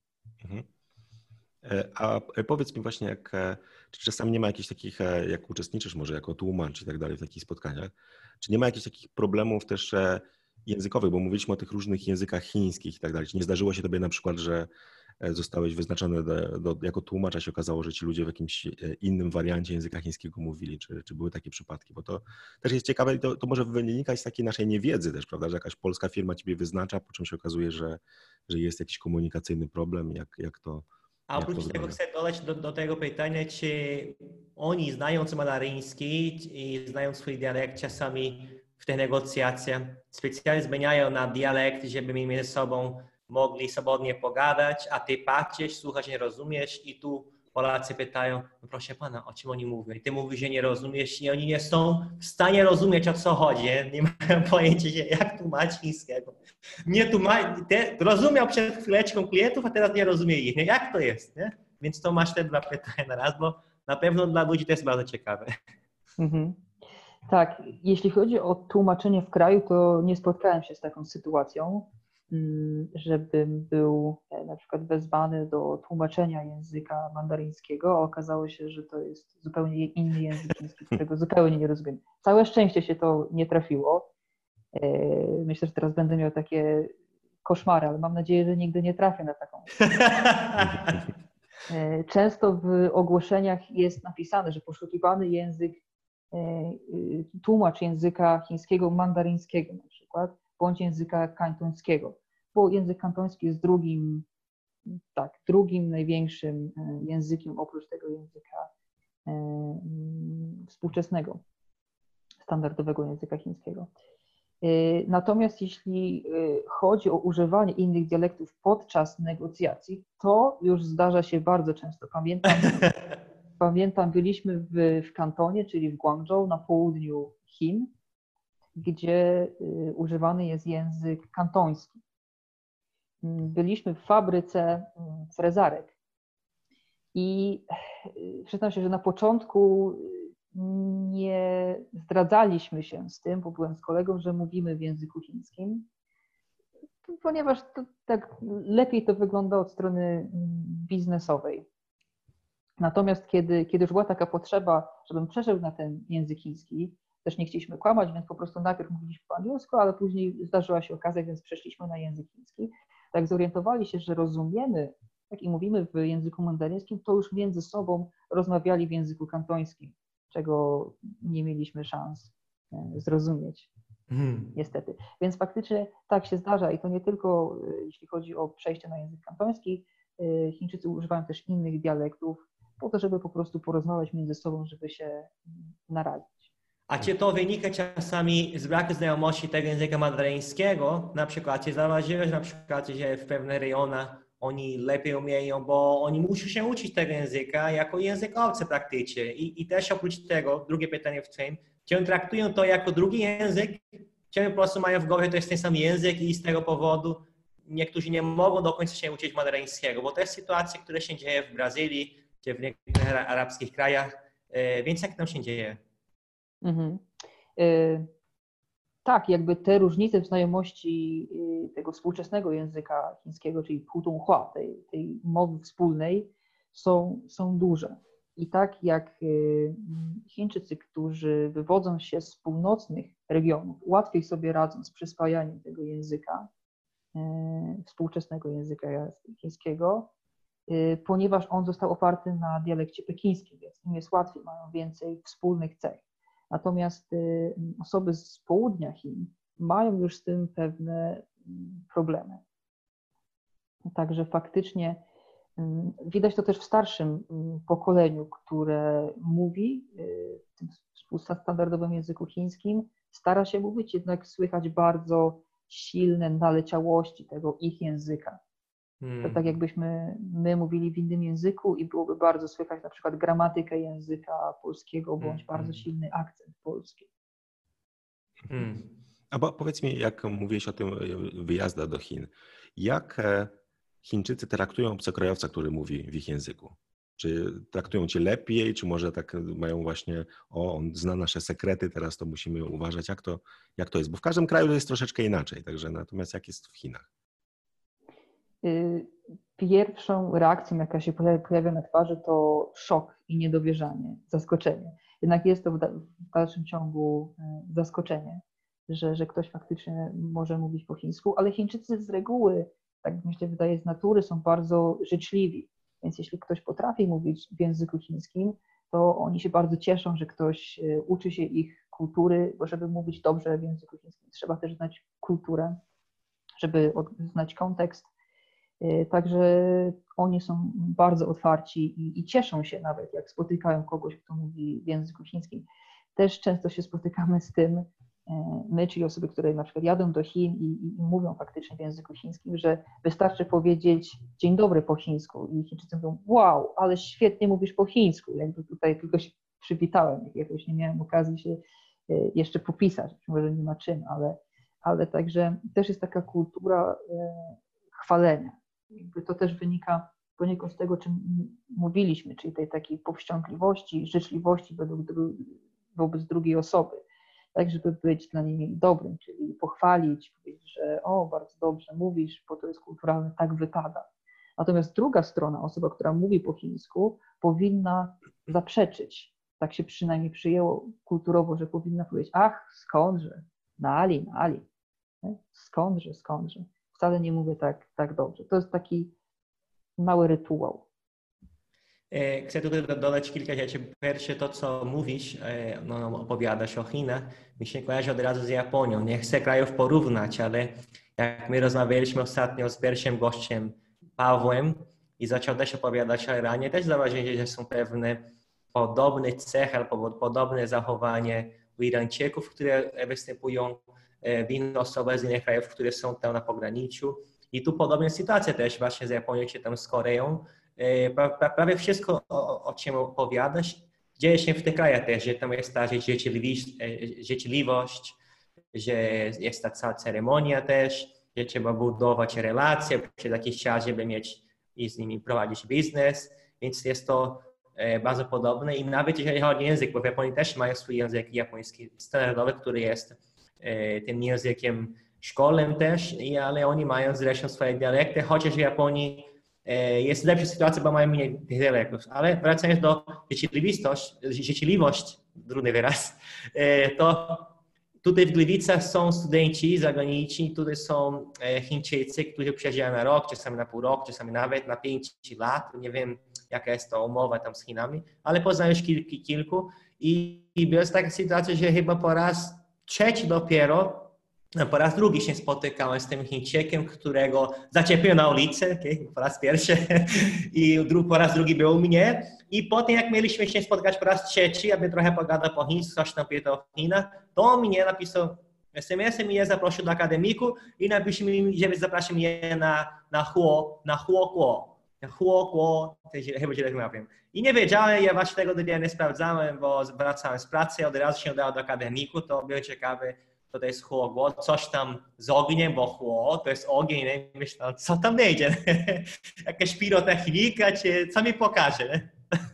A powiedz mi właśnie, czy czasami nie ma jakichś takich, jak uczestniczysz może jako tłumacz i tak dalej w takich spotkaniach, czy nie ma jakichś takich problemów też językowych, bo mówiliśmy o tych różnych językach chińskich i tak dalej. Czy nie zdarzyło się tobie na przykład, że zostałeś wyznaczony jako tłumacz, a się okazało, że ci ludzie w jakimś innym wariancie języka chińskiego mówili, czy były takie przypadki? Bo to też jest ciekawe i to może wynikać z takiej naszej niewiedzy też, prawda, że jakaś polska firma ciebie wyznacza, po czym się okazuje, że jest jakiś komunikacyjny problem, jak to... A oprócz tego chcę dodać do tego pytania, czy oni znając mandaryński i znając swój dialekt, czasami w tych negocjacjach specjalnie zmieniają na dialekt, żeby między sobą mogli swobodnie pogadać, a ty patrzysz, słuchasz, nie rozumiesz i tu Polacy pytają, no proszę pana, o czym oni mówią? I ty mówisz, że nie rozumiesz i oni nie są w stanie rozumieć, o co chodzi. Nie mają pojęcia, jak tłumaczyć chińskiego. Rozumiał przed chwileczką klientów, a teraz nie rozumie ich. Nie? Jak to jest? Nie? Więc to masz te dwa pytania na raz, bo na pewno dla ludzi to jest bardzo ciekawe. Mhm. Tak, jeśli chodzi o tłumaczenie w kraju, to nie spotkałem się z taką sytuacją, żebym był na przykład wezwany do tłumaczenia języka mandaryńskiego, a okazało się, że to jest zupełnie inny język chiński, którego zupełnie nie rozumiem. Całe szczęście się to nie trafiło. Myślę, że teraz będę miał takie koszmary, ale mam nadzieję, że nigdy nie trafię na taką. Często w ogłoszeniach jest napisane, że poszukiwany język, tłumacz języka chińskiego mandaryńskiego na przykład, bądź języka kantońskiego, bo język kantoński jest drugim największym językiem oprócz tego języka współczesnego, standardowego języka chińskiego. Natomiast jeśli chodzi o używanie innych dialektów podczas negocjacji, to już zdarza się bardzo często. pamiętam, byliśmy w Kantonie, czyli w Guangzhou, na południu Chin, gdzie używany jest język kantoński. Byliśmy w fabryce frezarek i przyznam się, że na początku nie zdradzaliśmy się z tym, bo byłem z kolegą, że mówimy w języku chińskim, ponieważ to, tak lepiej to wygląda od strony biznesowej. Natomiast kiedy już była taka potrzeba, żebym przeszedł na ten język chiński, też nie chcieliśmy kłamać, więc po prostu najpierw mówiliśmy po angielsku, ale później zdarzyła się okazja, więc przeszliśmy na język chiński. Tak zorientowali się, że rozumiemy, jak i mówimy w języku mandaryńskim, to już między sobą rozmawiali w języku kantońskim, czego nie mieliśmy szans zrozumieć, niestety. Więc faktycznie tak się zdarza i to nie tylko jeśli chodzi o przejście na język kantoński, Chińczycy używają też innych dialektów po to, żeby po prostu porozmawiać między sobą, żeby się naradzić. A czy to wynika czasami z braku znajomości tego języka mandaryńskiego? Na przykład, czy zauważyłeś na przykład, że w pewnych rejonach oni lepiej umieją, bo oni muszą się uczyć tego języka jako język obcy praktycznie. I też oprócz tego, drugie pytanie w tym, czy oni traktują to jako drugi język, czy oni po prostu mają w głowie, że to jest ten sam język i z tego powodu niektórzy nie mogą do końca się uczyć mandaryńskiego, bo to jest sytuacja, która się dzieje w Brazylii, czy w niektórych arabskich krajach, więc jak tam się dzieje? Tak, jakby te różnice w znajomości tego współczesnego języka chińskiego, czyli putonghua, tej mowy wspólnej, są duże. I tak jak Chińczycy, którzy wywodzą się z północnych regionów, łatwiej sobie radzą z przyswajaniem tego języka, współczesnego języka chińskiego, ponieważ on został oparty na dialekcie pekińskim, więc im jest łatwiej, mają więcej wspólnych cech. Natomiast osoby z południa Chin mają już z tym pewne problemy. Także faktycznie widać to też w starszym pokoleniu, które mówi w tym standardowym języku chińskim, stara się mówić, jednak słychać bardzo silne naleciałości tego ich języka. To tak jakbyśmy my mówili w innym języku i byłoby bardzo słychać na przykład gramatykę języka polskiego bądź bardzo silny akcent polski. A powiedz mi, jak mówiłeś o tym wyjazdach do Chin, jak Chińczycy traktują obcokrajowca, który mówi w ich języku? Czy traktują cię lepiej, czy może tak mają właśnie, on zna nasze sekrety, teraz to musimy uważać, jak to jest? Bo w każdym kraju to jest troszeczkę inaczej, także natomiast jak jest w Chinach? Pierwszą reakcją, jaka się pojawia na twarzy, to szok i niedowierzanie, zaskoczenie. Jednak jest to w dalszym ciągu zaskoczenie, że ktoś faktycznie może mówić po chińsku, ale Chińczycy z reguły, tak mi się wydaje, z natury są bardzo życzliwi. Więc jeśli ktoś potrafi mówić w języku chińskim, to oni się bardzo cieszą, że ktoś uczy się ich kultury, bo żeby mówić dobrze w języku chińskim, trzeba też znać kulturę, żeby znać kontekst. Także oni są bardzo otwarci i cieszą się nawet, jak spotykają kogoś, kto mówi w języku chińskim. Też często się spotykamy z tym, my, czyli osoby, które na przykład jadą do Chin i mówią faktycznie w języku chińskim, że wystarczy powiedzieć dzień dobry po chińsku i Chińczycy mówią, wow, ale świetnie mówisz po chińsku. Jakby tutaj tylko się przywitałem, jakoś nie miałem okazji się jeszcze popisać, może nie ma czym, ale także też jest taka kultura chwalenia. Jakby to też wynika poniekąd z tego, o czym mówiliśmy, czyli tej takiej powściągliwości, życzliwości wobec drugiej osoby, tak żeby być dla niej dobrym, czyli pochwalić, powiedzieć, że bardzo dobrze mówisz, bo to jest kulturalne, tak wypada. Natomiast druga strona, osoba, która mówi po chińsku, powinna zaprzeczyć. Tak się przynajmniej przyjęło kulturowo, że powinna powiedzieć, skądże, nali, skądże. Wcale nie mówię tak dobrze. To jest taki mały rytuał. Chcę tutaj dodać kilka rzeczy. Pierwsze, to co mówisz, opowiadasz o Chinach, mi się kojarzy od razu z Japonią. Nie chcę krajów porównać, ale jak my rozmawialiśmy ostatnio z pierwszym gościem Pawłem i zaczął też opowiadać o Iranie, też zauważyłem, że są pewne podobne cechy albo podobne zachowanie u Irańczyków, które występują w innych osobach z innych krajów, które są tam na pograniczu. I tu podobna sytuacja też właśnie z Japonią czy tam z Koreą. Prawie wszystko, o czym opowiadasz, dzieje się w tych krajach też, że tam jest ta życzliwość, że jest ta cała ceremonia też, że trzeba budować relacje przez jakiś czas, żeby mieć i z nimi prowadzić biznes, więc jest to bardzo podobne i nawet jeżeli chodzi o język, bo w Japonii też mają swój język japoński standardowy, który jest tym językiem szkolnym też, ale oni mają zresztą swoje dialekty, chociaż w Japonii jest lepsza sytuacja, bo mają mniej dialektów. Ale wracając do życzliwość, trudny wyraz, to tutaj w Gliwicach są studenci zagraniczni, tutaj są Chińczycy, którzy przyjeżdżają na rok, czasami na pół roku, czasami nawet na 5 lat. Nie wiem, jaka jest to umowa tam z Chinami, ale poznaję już kilku i jest taka sytuacja, że chyba po raz trzeci dopiero, po raz drugi się spotykałem z tym Chińczykiem, którego zaczepiłem na ulicy, po raz pierwszy i po raz drugi był u mnie. I potem jak mieliśmy się spotkać po raz trzeci, aby trochę pogadał po chińsku, coś tam pytał o Chinach, to on mnie napisał SMS-em, mnie zaprosił do akademiku i napisał mi, żeby zaprosił mnie na Huoguo, chyba źle mówię. I nie wiedziałem, ja właśnie tego dnia nie sprawdzałem, bo wracałem z pracy, od razu się udałem do akademiku, to było ciekawe. To jest Huoguo, coś tam z ogniem, bo Huo to jest ogień, nie? Myślałem, co tam wejdzie? Jakaś pirotechnika, czy co mi pokaże?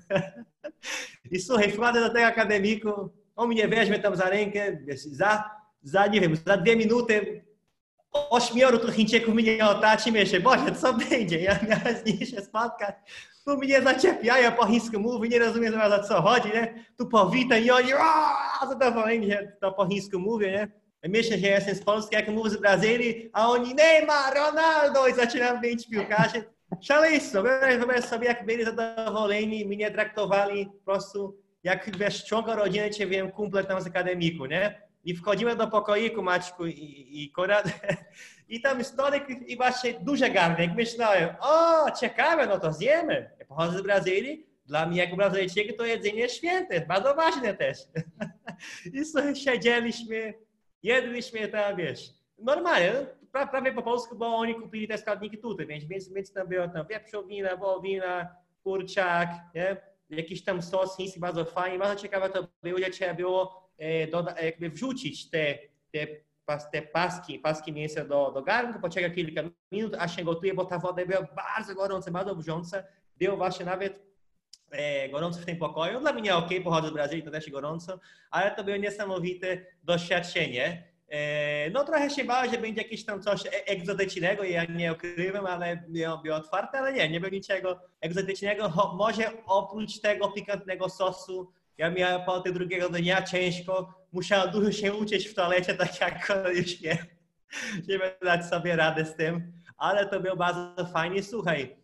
I słuchaj, wchodzę do tego akademiku, on mnie weźmie tam za rękę, nie wiem, za 2 minuty 8 tu Chińczyków mnie otacza i myślę, Boże, co będzie? Ja miałem z nimi się spotkać. Tu mnie zaczepiają, po chińsku mówi, nie rozumiem za co chodzi, nie? Tu powitam i oni zadowoleni, że to po chińsku mówię, nie? Myślę, że jestem z Polski, jak mówię z Brazylii, a oni Neymar, Ronaldo i zaczynam być piłkarzy. Szaleństwo, wyobraź sobie, jak byli zadowoleni, mnie traktowali po prostu jak wiesz, członka rodziny, czy wiem, kumple tam z akademiku, nie? I wchodzimy do pokoiku, Maćku i Konrad, i tam stolik i właśnie duży garnek. Myślałem, o, ciekawe, no to zjemy. Ja pochodzę z Brazylii, dla mnie jako Brazylijczyka to jedzenie jest święte, bardzo ważne też. I sobie siedzieliśmy, jedliśmy tam, wiesz, normalnie, prawie po polsku, bo oni kupili te składniki tutaj, więc tam było tam wieprzowina, wołowina, kurczak, nie? Jakiś tam sos chiński, bardzo fajny, bardzo ciekawe to było, że trzeba było jakby wrzucić te paski mięsa do garnka, poczekać kilka minut, aż się gotuje, bo ta woda była bardzo gorąca, bardzo wrząca, było właśnie nawet gorąco w tym pokoju. Dla mnie ok, pochodzę z Brazylii, to też gorąco, ale to było niesamowite doświadczenie. No trochę się bałem, że będzie jakieś tam coś egzotycznego, ja nie ukrywam, ale było otwarte, ale nie było niczego egzotycznego. Może oprócz tego pikantnego sosu, ja miałem po tego drugiego dnia ciężko, musiałem dużo się uczyć w toalecie, tak jak już nie, żeby dać sobie radę z tym, ale to było bardzo fajnie. Słuchaj,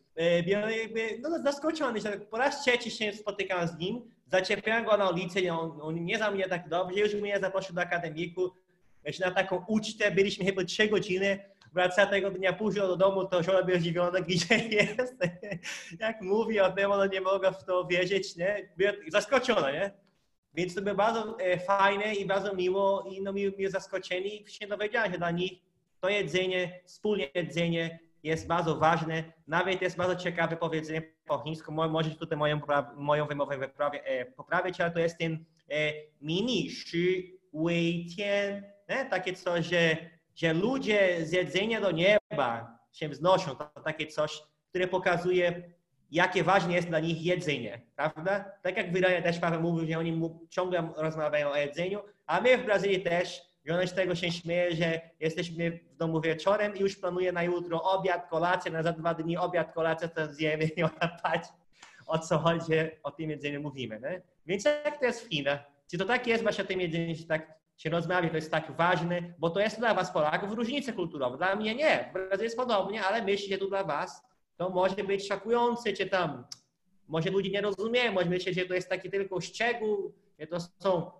byłem zaskoczony, że po raz trzeci się spotykałem z nim, zaczepiałem go na ulicy, on nie znał mnie tak dobrze, już mnie zaprosił do akademiku, na taką ucztę, byliśmy chyba 3 godziny, wracałem tego dnia późno do domu, to żona była zdziwiona, gdzie jest. Jak mówi o tym, ona nie mogła w to wierzyć, nie? Była zaskoczona, nie? Więc to było bardzo fajne i bardzo miło i no, mi zaskoczeni i się dowiedziałem, że dla nich to jedzenie, wspólne jedzenie jest bardzo ważne. Nawet jest bardzo ciekawe powiedzenie po chińsku, może tutaj moją wymowę poprawić, ale to jest ten mini shi wei tian, takie coś, że ludzie z jedzenia do nieba się wznoszą, to takie coś, które pokazuje, jakie ważne jest dla nich jedzenie, prawda? Tak jak w Iranie też Paweł mówił, że oni ciągle rozmawiają o jedzeniu, a my w Brazylii też, że ona z tego się śmieje, że jesteśmy w domu wieczorem i już planuje na jutro obiad, kolację, na za 2 dni obiad, kolację, to zjemy i ona patrzy, o co chodzi, o tym jedzeniu mówimy, nie? Więc jak to jest w Chinach? Czy to tak jest właśnie o tym jedzeniu, że tak się rozmawia, to jest tak ważne, bo to jest dla was Polaków różnice kulturowe. Dla mnie nie, w Brazylii jest podobnie, ale myślę, że tu dla was to może być szokujące, czy tam, może ludzie nie rozumieją, może myśleć, że to jest taki tylko szczegół, że to są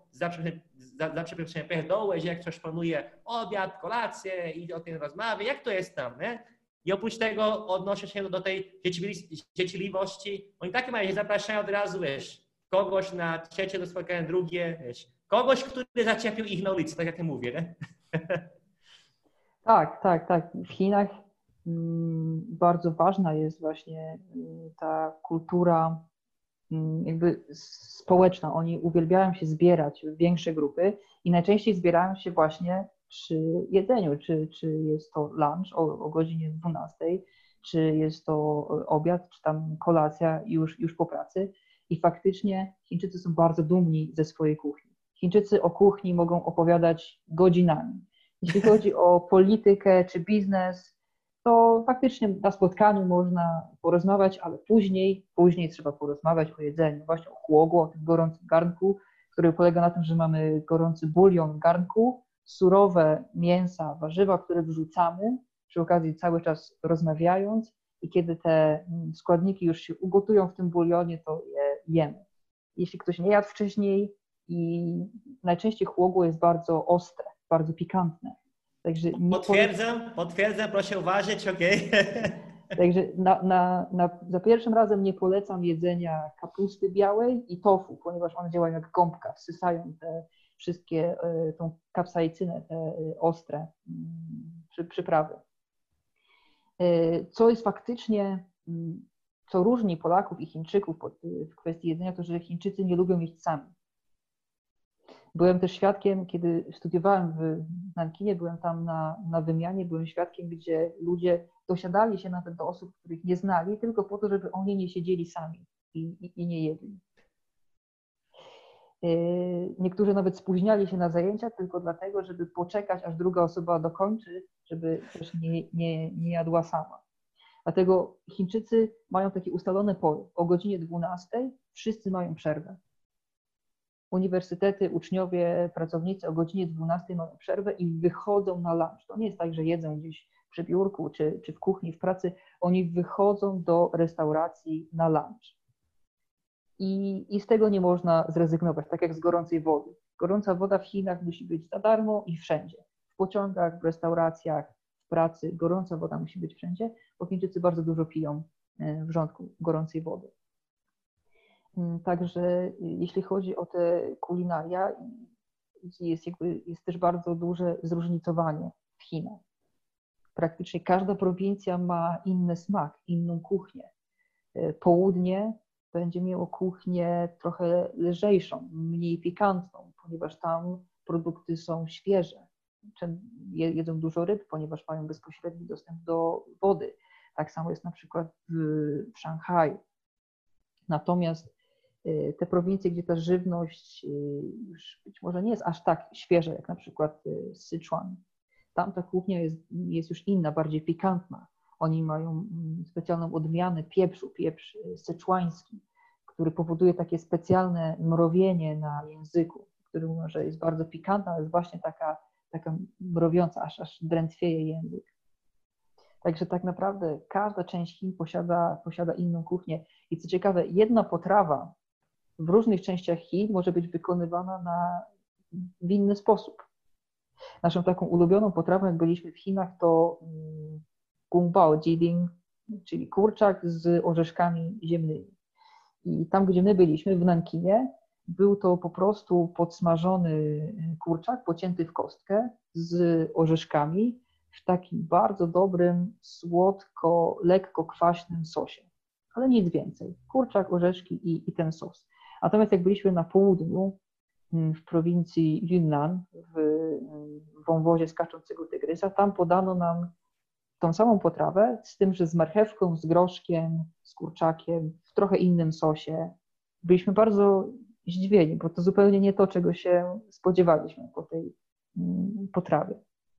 zawsze pierdoły, że jak ktoś planuje obiad, kolację i o tym rozmawia, jak to jest tam, nie? I oprócz tego odnoszę się do tej życzliwości, oni takie mają, że zapraszają od razu, wiesz, kogoś na trzecie do spotkania, drugie, wiesz, kogoś, który zaczepił ich na ulicy, tak jak ja mówię, nie? Tak. W Chinach bardzo ważna jest właśnie ta kultura jakby społeczna. Oni uwielbiają się zbierać w większe grupy i najczęściej zbierają się właśnie przy jedzeniu, czy jest to lunch o godzinie 12, czy jest to obiad, czy tam kolacja już po pracy. I faktycznie Chińczycy są bardzo dumni ze swojej kuchni. Chińczycy o kuchni mogą opowiadać godzinami. Jeśli chodzi o politykę czy biznes, to faktycznie na spotkaniu można porozmawiać, ale później trzeba porozmawiać o jedzeniu, właśnie o chłogu, o tym gorącym garnku, który polega na tym, że mamy gorący bulion w garnku, surowe mięsa, warzywa, które wrzucamy, przy okazji cały czas rozmawiając i kiedy te składniki już się ugotują w tym bulionie, to je jemy. Jeśli ktoś nie jadł wcześniej i najczęściej chłogu jest bardzo ostre, bardzo pikantne. Także potwierdzam, proszę uważać, okej. Także za pierwszym razem nie polecam jedzenia kapusty białej i tofu, ponieważ one działają jak gąbka, wsysają te wszystkie, tą kapsaicynę, te ostre przyprawy. Co jest faktycznie, co różni Polaków i Chińczyków w kwestii jedzenia, to że Chińczycy nie lubią jeść sami. Byłem też świadkiem, kiedy studiowałem w Nankinie, byłem tam na wymianie, byłem świadkiem, gdzie ludzie dosiadali się nawet do osób, których nie znali, tylko po to, żeby oni nie siedzieli sami i nie jedli. Niektórzy nawet spóźniali się na zajęcia tylko dlatego, żeby poczekać, aż druga osoba dokończy, żeby też nie jadła sama. Dlatego Chińczycy mają takie ustalone pory. O godzinie 12 wszyscy mają przerwę. Uniwersytety, uczniowie, pracownicy o godzinie 12 mają przerwę i wychodzą na lunch. To nie jest tak, że jedzą gdzieś przy biurku czy w kuchni, w pracy. Oni wychodzą do restauracji na lunch. I z tego nie można zrezygnować, tak jak z gorącej wody. Gorąca woda w Chinach musi być za darmo i wszędzie. W pociągach, w restauracjach, w pracy. Gorąca woda musi być wszędzie, bo Chińczycy bardzo dużo piją wrzątku gorącej wody. Także jeśli chodzi o te kulinaria, jest też bardzo duże zróżnicowanie w Chinach. Praktycznie każda prowincja ma inny smak, inną kuchnię. Południe będzie miało kuchnię trochę lżejszą, mniej pikantną, ponieważ tam produkty są świeże. Jedzą dużo ryb, ponieważ mają bezpośredni dostęp do wody. Tak samo jest na przykład w Szanghaju. Natomiast te prowincje, gdzie ta żywność już być może nie jest aż tak świeża, jak na przykład Syczuan, tam ta kuchnia jest już inna, bardziej pikantna. Oni mają specjalną odmianę pieprzu, pieprz syczuański, który powoduje takie specjalne mrowienie na języku, który mówi, że jest bardzo pikantna, ale jest właśnie taka mrowiąca, aż drętwieje język. Także tak naprawdę każda część Chin posiada inną kuchnię. I co ciekawe, jedna potrawa w różnych częściach Chin może być wykonywana w inny sposób. Naszą taką ulubioną potrawą, jak byliśmy w Chinach, to gungbao jiding, czyli kurczak z orzeszkami ziemnymi. I tam, gdzie my byliśmy, w Nankinie, był to po prostu podsmażony kurczak, pocięty w kostkę z orzeszkami w takim bardzo dobrym, słodko, lekko kwaśnym sosie. Ale nic więcej. Kurczak, orzeszki i ten sos. Natomiast jak byliśmy na południu, w prowincji Yunnan, w wąwozie skaczącego tygrysa, tam podano nam tą samą potrawę, z tym, że z marchewką, z groszkiem, z kurczakiem, w trochę innym sosie. Byliśmy bardzo zdziwieni, bo to zupełnie nie to, czego się spodziewaliśmy po tej potrawie.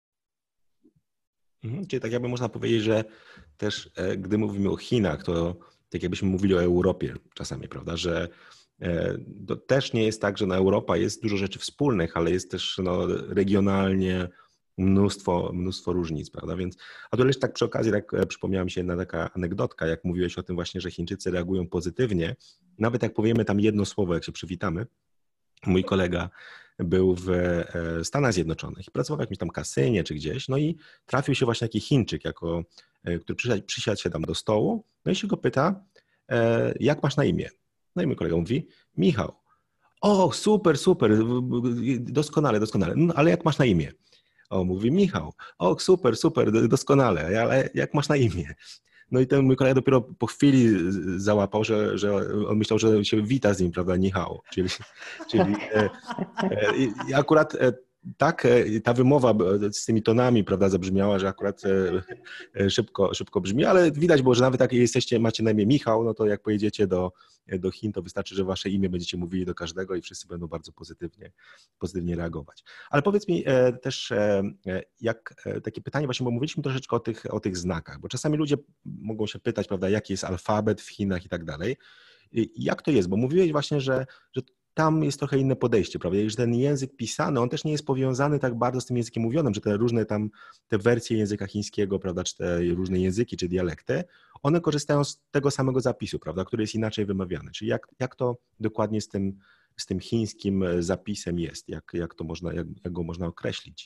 Czyli tak jakby można powiedzieć, że też gdy mówimy o Chinach, to tak jakbyśmy mówili o Europie czasami, prawda, że to też nie jest tak, że Europa jest dużo rzeczy wspólnych, ale jest też regionalnie mnóstwo różnic, prawda, więc, a tu jeszcze tak przy okazji przypomniała mi się jedna taka anegdotka, jak mówiłeś o tym właśnie, że Chińczycy reagują pozytywnie, nawet jak powiemy tam jedno słowo, jak się przywitamy. Mój kolega był w Stanach Zjednoczonych i pracował w jakimś tam kasynie czy gdzieś, no i trafił się właśnie taki Chińczyk, który przysiadł się tam do stołu, no i się go pyta, jak masz na imię? No i mój kolega mówi, Michał. O, super, doskonale, no, ale jak masz na imię? O, mówi Michał. O, super, super, doskonale, ale jak masz na imię? No i ten mój kolega dopiero po chwili załapał, że on myślał, że się wita z nim, prawda, Michał. Czyli i akurat tak ta wymowa z tymi tonami, prawda, zabrzmiała, że akurat szybko brzmi, ale widać było, że nawet jak macie na imię Michał, no to jak pojedziecie do Chin, to wystarczy, że wasze imię będziecie mówili do każdego i wszyscy będą bardzo pozytywnie reagować. Ale powiedz mi też, takie pytanie właśnie, bo mówiliśmy troszeczkę o tych znakach, bo czasami ludzie mogą się pytać, prawda, jaki jest alfabet w Chinach i tak dalej. Jak to jest? Bo mówiłeś właśnie, że tam jest trochę inne podejście, prawda? I że ten język pisany, on też nie jest powiązany tak bardzo z tym językiem mówionym, że te różne tam, te wersje języka chińskiego, prawda, czy te różne języki, czy dialekty, one korzystają z tego samego zapisu, prawda, który jest inaczej wymawiany. Czyli jak to dokładnie z tym chińskim zapisem jest? Jak go można określić?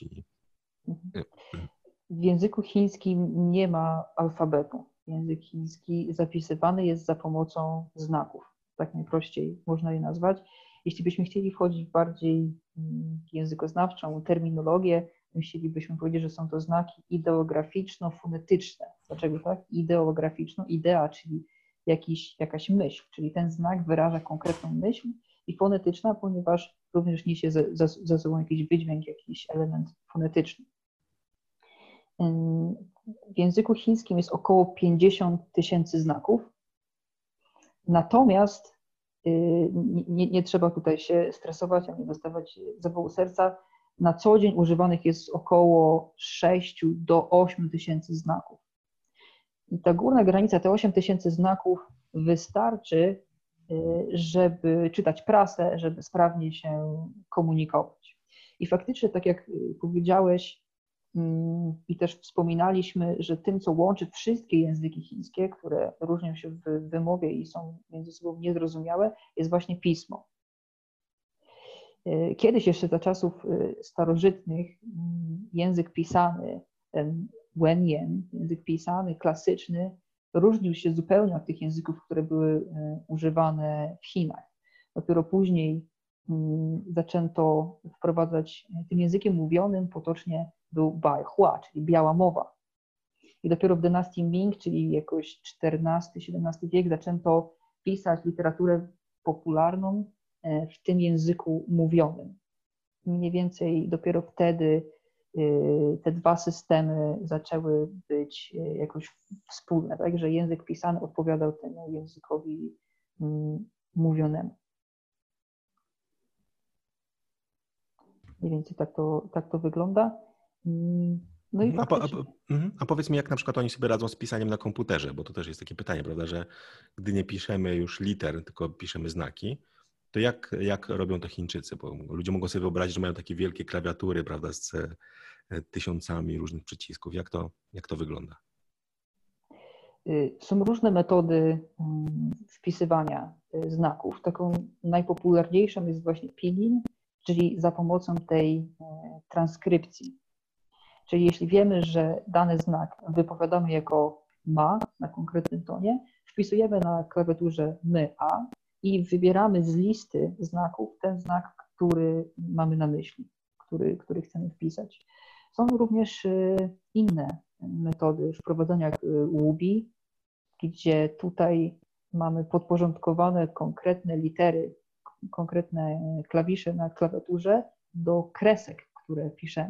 W języku chińskim nie ma alfabetu. Język chiński zapisywany jest za pomocą znaków. Tak najprościej można je nazwać. Jeśli byśmy chcieli wchodzić w bardziej językoznawczą terminologię, to chcielibyśmy powiedzieć, że są to znaki ideograficzno-fonetyczne. Dlaczego tak? Ideograficzno, idea, czyli jakaś myśl, czyli ten znak wyraża konkretną myśl, i fonetyczna, ponieważ również niesie za sobą jakiś wydźwięk, jakiś element fonetyczny. W języku chińskim jest około 50 000 znaków, natomiast nie trzeba tutaj się stresować, ani dostawać zawału serca. Na co dzień używanych jest około 6 do 8 tysięcy znaków. I ta górna granica, te 8 tysięcy znaków wystarczy, żeby czytać prasę, żeby sprawnie się komunikować. I faktycznie, tak jak powiedziałeś i też wspominaliśmy, że tym, co łączy wszystkie języki chińskie, które różnią się w wymowie i są między sobą niezrozumiałe, jest właśnie pismo. Kiedyś jeszcze za czasów starożytnych język pisany, ten Wenyan, język pisany, klasyczny, różnił się zupełnie od tych języków, które były używane w Chinach. Dopiero później zaczęto wprowadzać, tym językiem mówionym potocznie był Baihua, czyli biała mowa. I dopiero w dynastii Ming, czyli jakoś XIV-XVII wiek, zaczęto pisać literaturę popularną w tym języku mówionym. Mniej więcej dopiero wtedy te dwa systemy zaczęły być jakoś wspólne, tak, że język pisany odpowiadał temu językowi mówionemu. Mniej więcej tak to wygląda. No i a powiedz mi, jak na przykład oni sobie radzą z pisaniem na komputerze, bo to też jest takie pytanie, prawda, że gdy nie piszemy już liter, tylko piszemy znaki, to jak robią to Chińczycy? Bo ludzie mogą sobie wyobrazić, że mają takie wielkie klawiatury, prawda, z tysiącami różnych przycisków. Jak to wygląda? Są różne metody wpisywania znaków. Taką najpopularniejszą jest właśnie pinyin, czyli za pomocą tej transkrypcji. Czyli jeśli wiemy, że dany znak wypowiadamy jako ma na konkretnym tonie, wpisujemy na klawiaturze my a i wybieramy z listy znaków ten znak, który mamy na myśli, który chcemy wpisać. Są również inne metody wprowadzania jak łubi, gdzie tutaj mamy podporządkowane konkretne litery, konkretne klawisze na klawiaturze do kresek, które piszemy.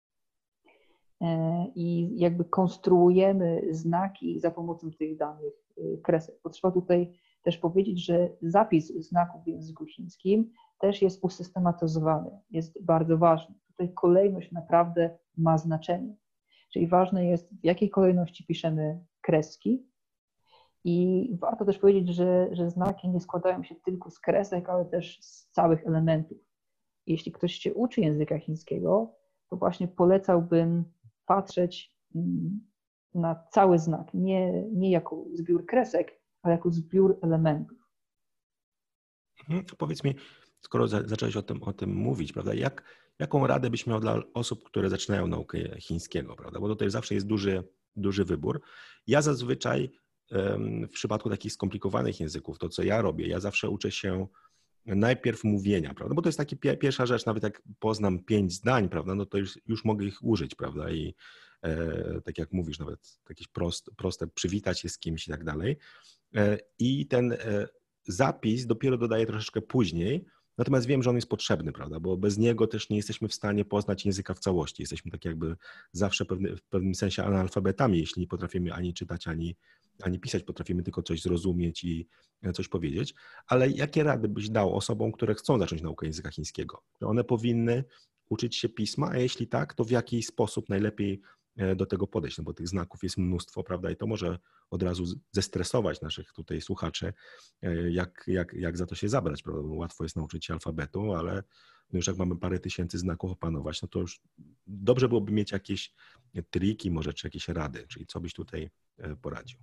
I jakby konstruujemy znaki za pomocą tych danych kresek. Bo trzeba tutaj też powiedzieć, że zapis znaków w języku chińskim też jest usystematyzowany, jest bardzo ważny. Tutaj kolejność naprawdę ma znaczenie. Czyli ważne jest, w jakiej kolejności piszemy kreski. I warto też powiedzieć, że znaki nie składają się tylko z kresek, ale też z całych elementów. Jeśli ktoś się uczy języka chińskiego, to właśnie polecałbym patrzeć na cały znak, nie jako zbiór kresek, ale jako zbiór elementów. Powiedz mi, skoro zacząłeś o tym mówić, prawda, jaką radę byś miał dla osób, które zaczynają naukę chińskiego, prawda, bo tutaj zawsze jest duży wybór. Ja zazwyczaj w przypadku takich skomplikowanych języków, to co ja robię, ja zawsze uczę się najpierw mówienia, prawda? Bo to jest taka pierwsza rzecz, nawet jak poznam 5 zdań, prawda, no to już mogę ich użyć, prawda? I tak jak mówisz, nawet jakieś proste przywitać się z kimś i tak dalej. I ten zapis dopiero dodaję troszeczkę później, natomiast wiem, że on jest potrzebny, prawda? Bo bez niego też nie jesteśmy w stanie poznać języka w całości. Jesteśmy tak jakby zawsze w pewnym sensie analfabetami, jeśli nie potrafimy ani czytać, ani pisać, potrafimy tylko coś zrozumieć i coś powiedzieć. Ale jakie rady byś dał osobom, które chcą zacząć naukę języka chińskiego? Że one powinny uczyć się pisma, a jeśli tak, to w jaki sposób najlepiej do tego podejść? No bo tych znaków jest mnóstwo, prawda? I to może od razu zestresować naszych tutaj słuchaczy, jak za to się zabrać, prawda? Bo łatwo jest nauczyć się alfabetu, ale no już jak mamy parę tysięcy znaków opanować, no to już dobrze byłoby mieć jakieś triki może, czy jakieś rady, czyli co byś tutaj poradził?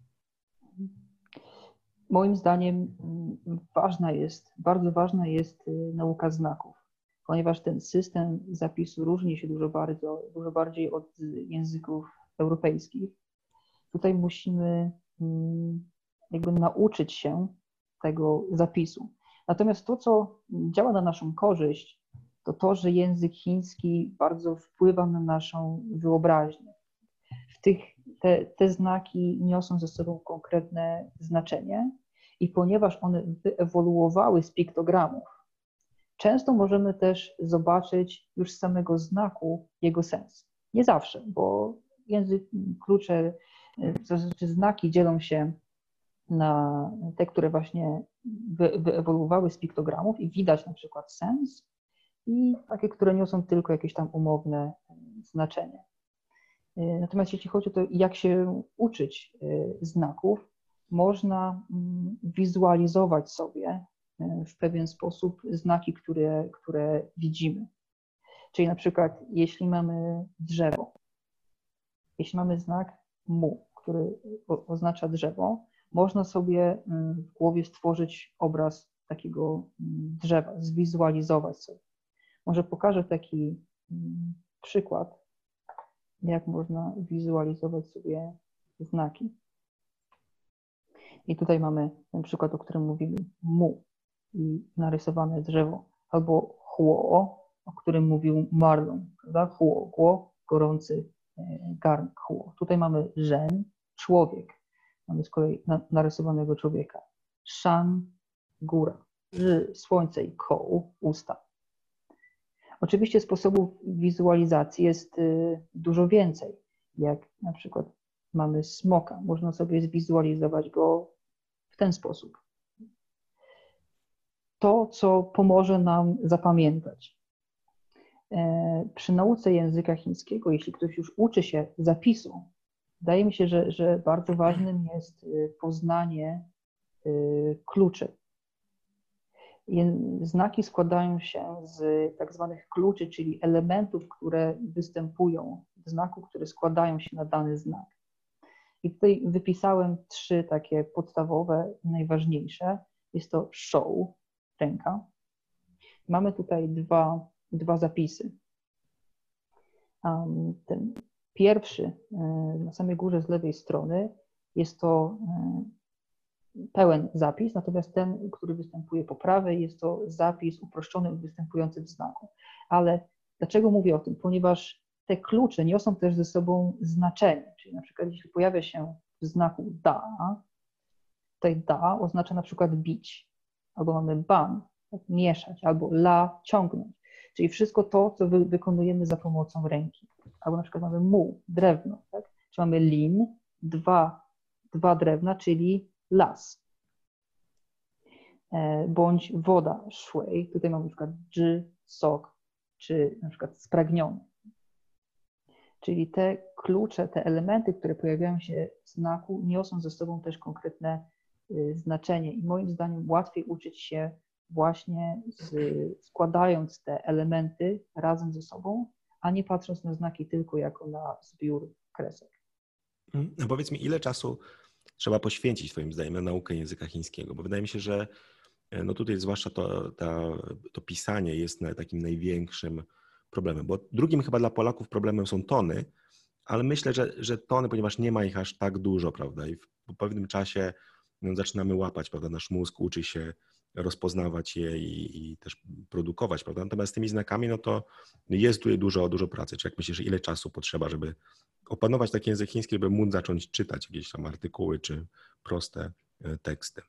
Moim zdaniem bardzo ważna jest nauka znaków, ponieważ ten system zapisu różni się dużo bardziej od języków europejskich. Tutaj musimy jakby nauczyć się tego zapisu. Natomiast to, co działa na naszą korzyść, to to, że język chiński bardzo wpływa na naszą wyobraźnię. Te znaki niosą ze sobą konkretne znaczenie i ponieważ one wyewoluowały z piktogramów, często możemy też zobaczyć już z samego znaku jego sens. Nie zawsze, bo klucze, czy znaki dzielą się na te, które właśnie wyewoluowały z piktogramów i widać na przykład sens, i takie, które niosą tylko jakieś tam umowne znaczenie. Natomiast jeśli chodzi o to, jak się uczyć znaków, można wizualizować sobie w pewien sposób znaki, które widzimy. Czyli na przykład jeśli mamy drzewo, jeśli mamy znak mu, który oznacza drzewo, można sobie w głowie stworzyć obraz takiego drzewa, zwizualizować sobie. Może pokażę taki przykład, jak można wizualizować sobie znaki. I tutaj mamy ten przykład, o którym mówimy, mu i narysowane drzewo, albo huo, o którym mówił Marlon, prawda? Huo, guo, gorący garnek, huo. Tutaj mamy żen, człowiek. Mamy z kolei narysowanego człowieka. Shan, góra. Ży, słońce i kou, usta. Oczywiście sposobów wizualizacji jest dużo więcej. Jak na przykład mamy smoka, można sobie zwizualizować go w ten sposób. To, co pomoże nam zapamiętać. Przy nauce języka chińskiego, jeśli ktoś już uczy się zapisu, wydaje mi się, że bardzo ważnym jest poznanie kluczy. Znaki składają się z tak zwanych kluczy, czyli elementów, które występują w znaku, które składają się na dany znak. I tutaj wypisałem 3 takie podstawowe, najważniejsze. Jest to shou, ręka. Mamy tutaj dwa zapisy. Ten pierwszy na samej górze z lewej strony jest to pełen zapis, natomiast ten, który występuje po prawej, jest to zapis uproszczony występujący w znaku. Ale dlaczego mówię o tym? Ponieważ te klucze niosą też ze sobą znaczenie. Czyli na przykład jeśli pojawia się w znaku da, tutaj da oznacza na przykład bić, albo mamy ban, mieszać, albo la, ciągnąć. Czyli wszystko to, co wykonujemy za pomocą ręki. Albo na przykład mamy mu, drewno, tak? Czy mamy lin, dwa drewna, czyli las. Bądź woda, shui. Tutaj mamy na przykład dży, sok, czy na przykład spragniony. Czyli te klucze, te elementy, które pojawiają się w znaku, niosą ze sobą też konkretne znaczenie. I moim zdaniem łatwiej uczyć się właśnie składając te elementy razem ze sobą, a nie patrząc na znaki tylko jako na zbiór kresek. No powiedz mi, ile czasu trzeba poświęcić twoim zdaniem na naukę języka chińskiego? Bo wydaje mi się, że no tutaj zwłaszcza to pisanie jest takim największym problemem, bo drugim chyba dla Polaków problemem są tony, ale myślę, że tony, ponieważ nie ma ich aż tak dużo, prawda, i po pewnym czasie zaczynamy łapać, prawda, nasz mózg uczy się rozpoznawać je i też produkować, prawda? Natomiast z tymi znakami, no to jest tutaj dużo pracy. Czy jak myślisz, ile czasu potrzeba, żeby opanować taki język chiński, żeby móc zacząć czytać jakieś tam artykuły czy proste teksty?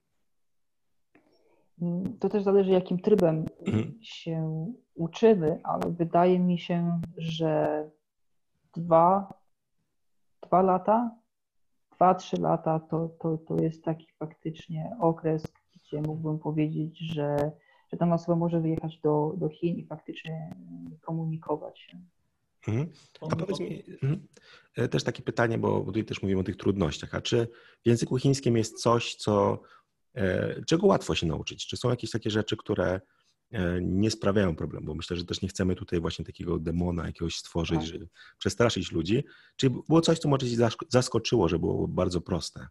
To też zależy, jakim trybem się uczymy, ale wydaje mi się, że 2 lata, 2-3 lata to jest taki faktycznie okres, gdzie mógłbym powiedzieć, że ta osoba może wyjechać do Chin i faktycznie komunikować się. A powiedz mi też takie pytanie, bo tutaj też mówimy o tych trudnościach, a czy w języku chińskim jest coś, czego łatwo się nauczyć? Czy są jakieś takie rzeczy, które nie sprawiają problemu? Bo myślę, że też nie chcemy tutaj właśnie takiego demona jakiegoś stworzyć, żeby przestraszyć ludzi. Czy było coś, co może Ci zaskoczyło, że było bardzo proste?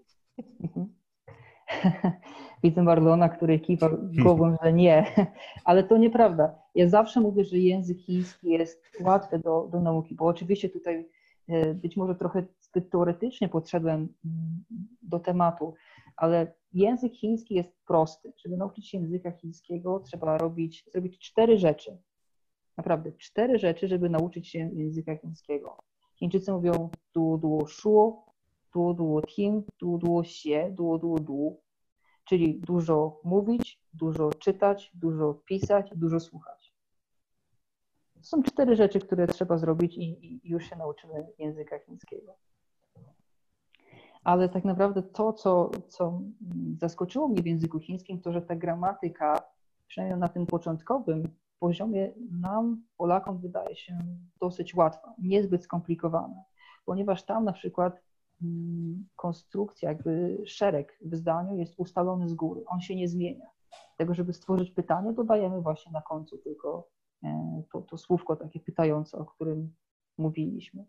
Widzę Marlona, który kiwa głową, że nie, ale to nieprawda. Ja zawsze mówię, że język chiński jest łatwy do nauki, bo oczywiście tutaj być może trochę zbyt teoretycznie podszedłem do tematu, ale język chiński jest prosty. Żeby nauczyć się języka chińskiego, trzeba zrobić 4 rzeczy. Naprawdę 4 rzeczy, żeby nauczyć się języka chińskiego. Chińczycy mówią duo duo shuo, duo duo ting, duo duo xie, duo duo du. Czyli dużo mówić, dużo czytać, dużo pisać, dużo słuchać. To są 4 rzeczy, które trzeba zrobić i już się nauczymy języka chińskiego. Ale tak naprawdę to, co zaskoczyło mnie w języku chińskim, to, że ta gramatyka, przynajmniej na tym początkowym poziomie, nam, Polakom, wydaje się dosyć łatwa, niezbyt skomplikowana, ponieważ tam na przykład konstrukcja, jakby szereg w zdaniu jest ustalony z góry, on się nie zmienia. Tego, żeby stworzyć pytanie, dodajemy właśnie na końcu tylko to słówko takie pytające, o którym mówiliśmy.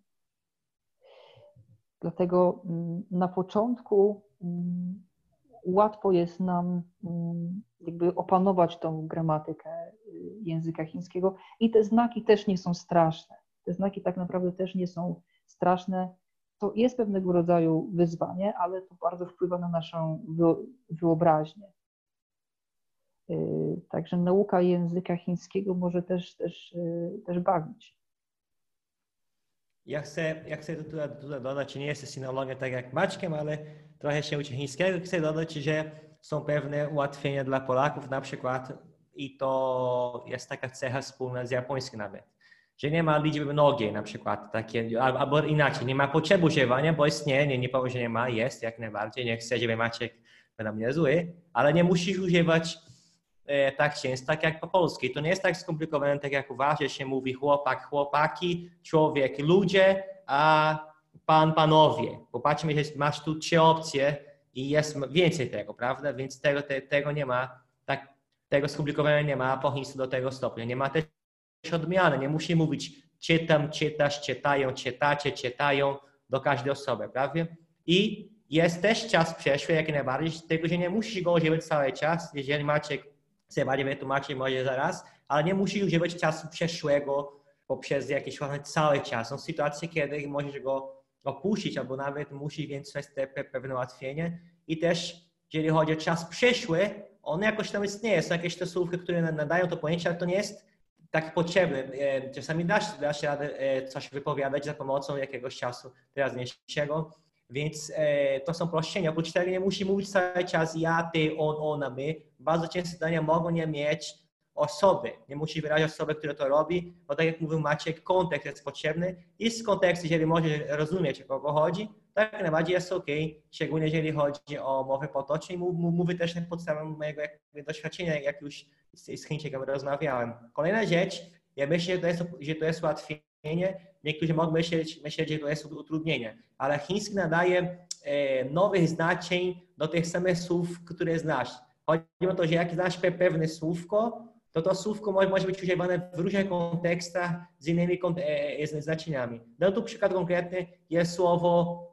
Dlatego na początku łatwo jest nam jakby opanować tą gramatykę języka chińskiego i te znaki też nie są straszne. Te znaki tak naprawdę też nie są straszne. To jest pewnego rodzaju wyzwanie, ale to bardzo wpływa na naszą wyobraźnię. Także nauka języka chińskiego może też bawić. Ja chcę tutaj dodać, nie jestem sinologiem tak jak Maćkiem, ale trochę się uczę chińskiego. Chcę dodać, że są pewne ułatwienia dla Polaków, na przykład, i to jest taka cecha wspólna z japońskim nawet, że nie ma liczby mnogiej na przykład, takie, albo inaczej, nie ma potrzeby używania, bo istnieje, nie powiem, że nie ma, jest jak najbardziej, nie chcę, żeby Maciek był na mnie zły, ale nie musisz używać tak często, tak jak po polsku. To nie jest tak skomplikowane, tak jak uważa się mówi chłopak, chłopaki, człowiek, ludzie, a pan, panowie. Popatrzmy, że masz tu 3 opcje i jest więcej tego, prawda? Więc tego nie ma, tego skomplikowania nie ma po chińsku do tego stopnia. Nie ma też odmiany, nie musi mówić czytam, czytasz, czytają, czytacie, czytają do każdej osoby, prawda? I jest też czas przeszły, jak najbardziej, tego, że nie musisz go używać cały czas, jeżeli Maciek chce bardziej wytłumaczyć może zaraz, ale nie musisz używać czasu przeszłego poprzez jakieś cały czas. Są sytuacje, kiedy możesz go opuścić, albo nawet musisz, więc to jest pewne ułatwienie. I też, jeżeli chodzi o czas przeszły, one jakoś tam istnieje. Są jakieś te słówka, które nadają to pojęcie, ale to nie jest tak potrzebne. Czasami dasz radę coś wypowiadać za pomocą jakiegoś czasu teraźniejszego. Więc to są proszczenia. Oprócz tego nie musi mówić cały czas ja, ty, on, ona, my. Bardzo często zdania mogą nie mieć osoby. Nie musi wyrażać osoby, która to robi, bo tak jak mówił Maciek, kontekst jest potrzebny. I z kontekstu, jeżeli możesz rozumieć, o kogo chodzi, tak najbardziej jest ok, szczególnie jeżeli chodzi o mowę potoczną. Mówię też na podstawie mojego doświadczenia, jak już z Chińczykiem rozmawiałem. Kolejna rzecz, ja myślę, że to jest ułatwienie. Niektórzy mogą myśleć, że to jest utrudnienie, ale chiński nadaje nowych znaczeń do tych samych słów, które znasz. Chodzi o to, że jak znasz pewne słówko, to słówko może być używane w różnych kontekstach z innymi znaczeniami. Dam tu przykład konkretny, jest słowo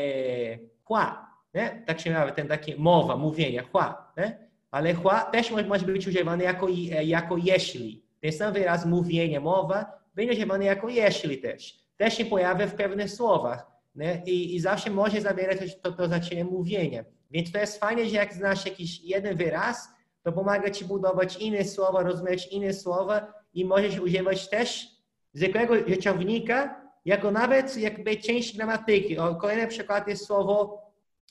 hua, nie? Tak się nazywa, ten taki mowa, mówienie, hua, nie? Ale hua też może być używane jako jeśli. Ten sam wyraz mówienie, mowa, będzie używany jako jeśli też. Też się pojawia w pewnych słowach. Nie? I zawsze może zawierać to znaczenie mówienie. Więc to jest fajne, że jak znasz jakiś jeden wyraz, to pomaga ci budować inne słowa, rozumieć inne słowa i możesz używać też zwykłego rzeczownika jako nawet jakby część gramatyki. Kolejny przykład jest słowo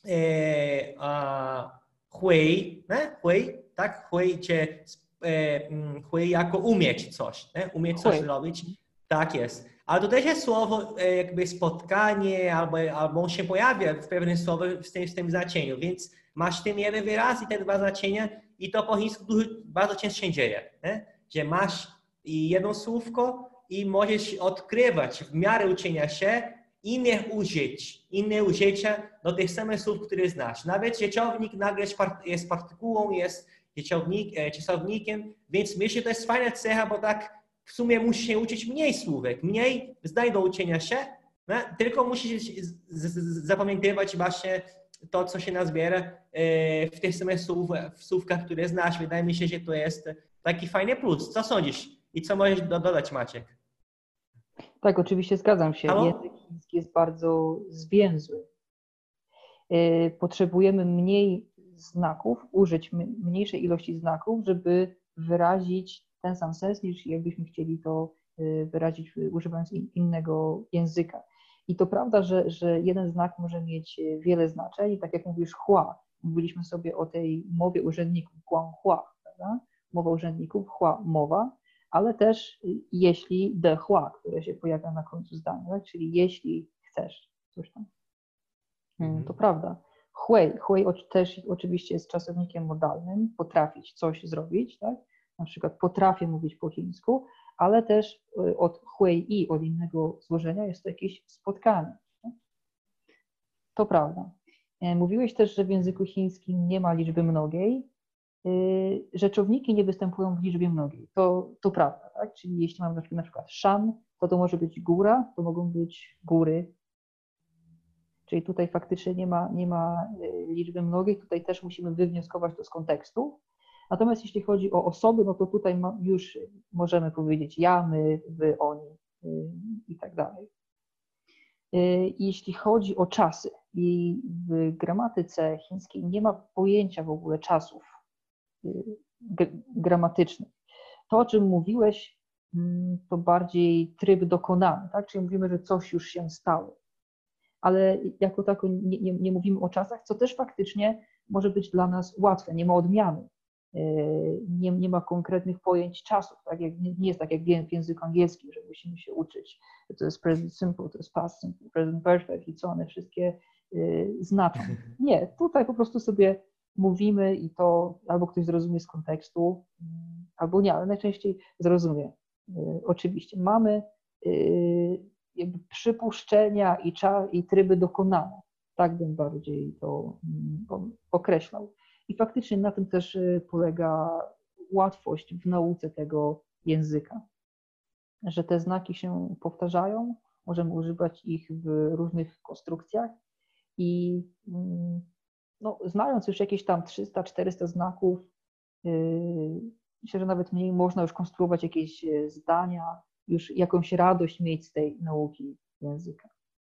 hui, tak? Hui, czy hui jako umieć coś, nie? Umieć coś robić. Tak jest. Ale to też jest słowo jakby spotkanie, albo on się pojawia w pewnym słowie w tym znaczeniu, więc masz ten jeden wyraz i te dwa znaczenia i to po chińsku bardzo często się dzieje, nie? Że masz jedno słówko i możesz odkrywać w miarę uczenia się inne użycia do tych samych słów, które znasz. Nawet rzeczownik nagle jest partykułą, jest czasownikiem, więc myślę, że to jest fajna cecha, bo tak w sumie musisz się uczyć mniej słówek, mniej zdań do uczenia się, nie? Tylko musisz zapamiętywać właśnie to, co się nazbiera w tych samych słówkach, które znasz. Wydaje mi się, że to jest taki fajny plus. Co sądzisz? I co możesz dodać, Maciek? Tak, oczywiście zgadzam się. Halo? Język chiński jest bardzo zwięzły. Potrzebujemy mniej znaków, użyć mniejszej ilości znaków, żeby wyrazić ten sam sens, niż jakbyśmy chcieli to wyrazić używając innego języka. I to prawda, że jeden znak może mieć wiele znaczeń. Tak jak mówisz, hua. Mówiliśmy sobie o tej mowie urzędników, guanghua, prawda? Mowa urzędników, hua, mowa, ale też jeśli de hua, które się pojawia na końcu zdania, tak? Czyli jeśli chcesz coś tam. To prawda. Hui też oczywiście jest czasownikiem modalnym, potrafić coś zrobić, tak? Na przykład potrafię mówić po chińsku, ale też od hui od innego złożenia jest to jakieś spotkanie. Tak? To prawda. Mówiłeś też, że w języku chińskim nie ma liczby mnogiej. Rzeczowniki nie występują w liczbie mnogiej. To prawda, tak? Czyli jeśli mamy na przykład shan, to może być góra, to mogą być góry. Czyli tutaj faktycznie nie ma liczby mnogiej, tutaj też musimy wywnioskować to z kontekstu. Natomiast jeśli chodzi o osoby, no to tutaj już możemy powiedzieć ja, my, wy, oni i tak dalej. Jeśli chodzi o czasy i w gramatyce chińskiej nie ma pojęcia w ogóle czasów gramatycznych. To, o czym mówiłeś, to bardziej tryb dokonany, tak? Czyli mówimy, że coś już się stało. Ale jako tako nie mówimy o czasach, co też faktycznie może być dla nas łatwe, nie ma odmiany. Nie ma konkretnych pojęć czasów, tak? Nie jest tak jak w języku angielskim, że musimy się uczyć, że to jest present simple, to jest past simple, present perfect i co one wszystkie znaczą. Nie, tutaj po prostu sobie mówimy i to albo ktoś zrozumie z kontekstu, albo nie, ale najczęściej zrozumie. Oczywiście mamy jakby przypuszczenia i tryby dokonane. Tak bym bardziej to określał. I faktycznie na tym też polega łatwość w nauce tego języka, że te znaki się powtarzają, możemy używać ich w różnych konstrukcjach i no, znając już jakieś tam 300-400 znaków, myślę, że nawet mniej można już konstruować jakieś zdania, już jakąś radość mieć z tej nauki języka.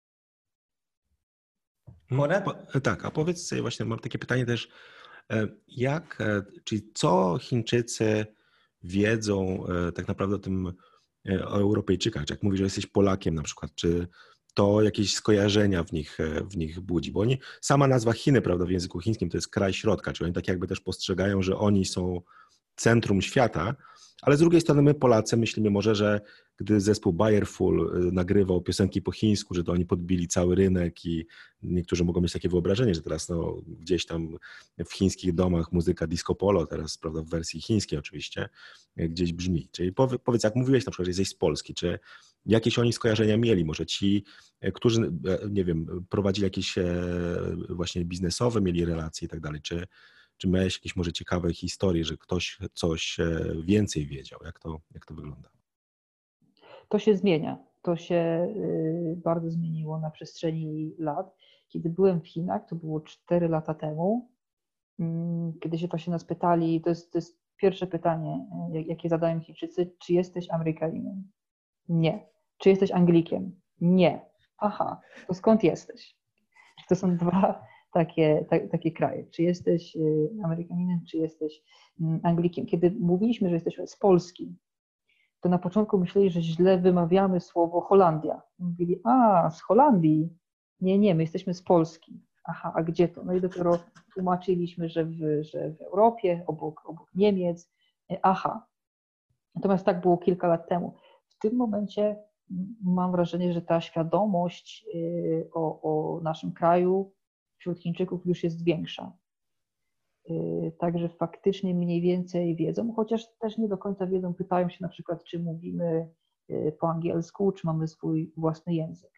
Tak, a powiedz sobie właśnie, mam takie pytanie też, czyli co Chińczycy wiedzą tak naprawdę o Europejczykach? Czy jak mówisz, że jesteś Polakiem na przykład, czy to jakieś skojarzenia w nich budzi? Bo sama nazwa Chiny, prawda, w języku chińskim to jest kraj środka, czyli oni tak jakby też postrzegają, że oni są centrum świata, ale z drugiej strony my Polacy myślimy może, że gdy zespół Bayerful nagrywał piosenki po chińsku, że to oni podbili cały rynek i niektórzy mogą mieć takie wyobrażenie, że teraz gdzieś tam w chińskich domach muzyka disco polo, teraz prawda, w wersji chińskiej oczywiście, gdzieś brzmi. Czyli powiedz, jak mówiłeś na przykład, że jesteś z Polski, czy jakieś oni skojarzenia mieli? Może ci, którzy, nie wiem, prowadzili jakieś właśnie biznesowe, mieli relacje i tak dalej, czy miałeś jakieś może ciekawe historie, że ktoś coś więcej wiedział? Jak to wygląda? To się zmienia. To się bardzo zmieniło na przestrzeni lat. Kiedy byłem w Chinach, to było 4 lata temu, kiedy się nas pytali, to jest pierwsze pytanie, jakie zadają Chińczycy, czy jesteś Amerykaninem? Nie. Czy jesteś Anglikiem? Nie. Aha, to skąd jesteś? To są dwa takie kraje. Czy jesteś Amerykaninem, czy jesteś Anglikiem. Kiedy mówiliśmy, że jesteśmy z Polski, to na początku myśleli, że źle wymawiamy słowo Holandia. Mówili, z Holandii. Nie, my jesteśmy z Polski. Aha, a gdzie to? No i dopiero tłumaczyliśmy, że w Europie, obok Niemiec. Aha. Natomiast tak było kilka lat temu. W tym momencie mam wrażenie, że ta świadomość o naszym kraju wśród Chińczyków już jest większa. Także faktycznie mniej więcej wiedzą, chociaż też nie do końca wiedzą, pytają się na przykład, czy mówimy po angielsku, czy mamy swój własny język.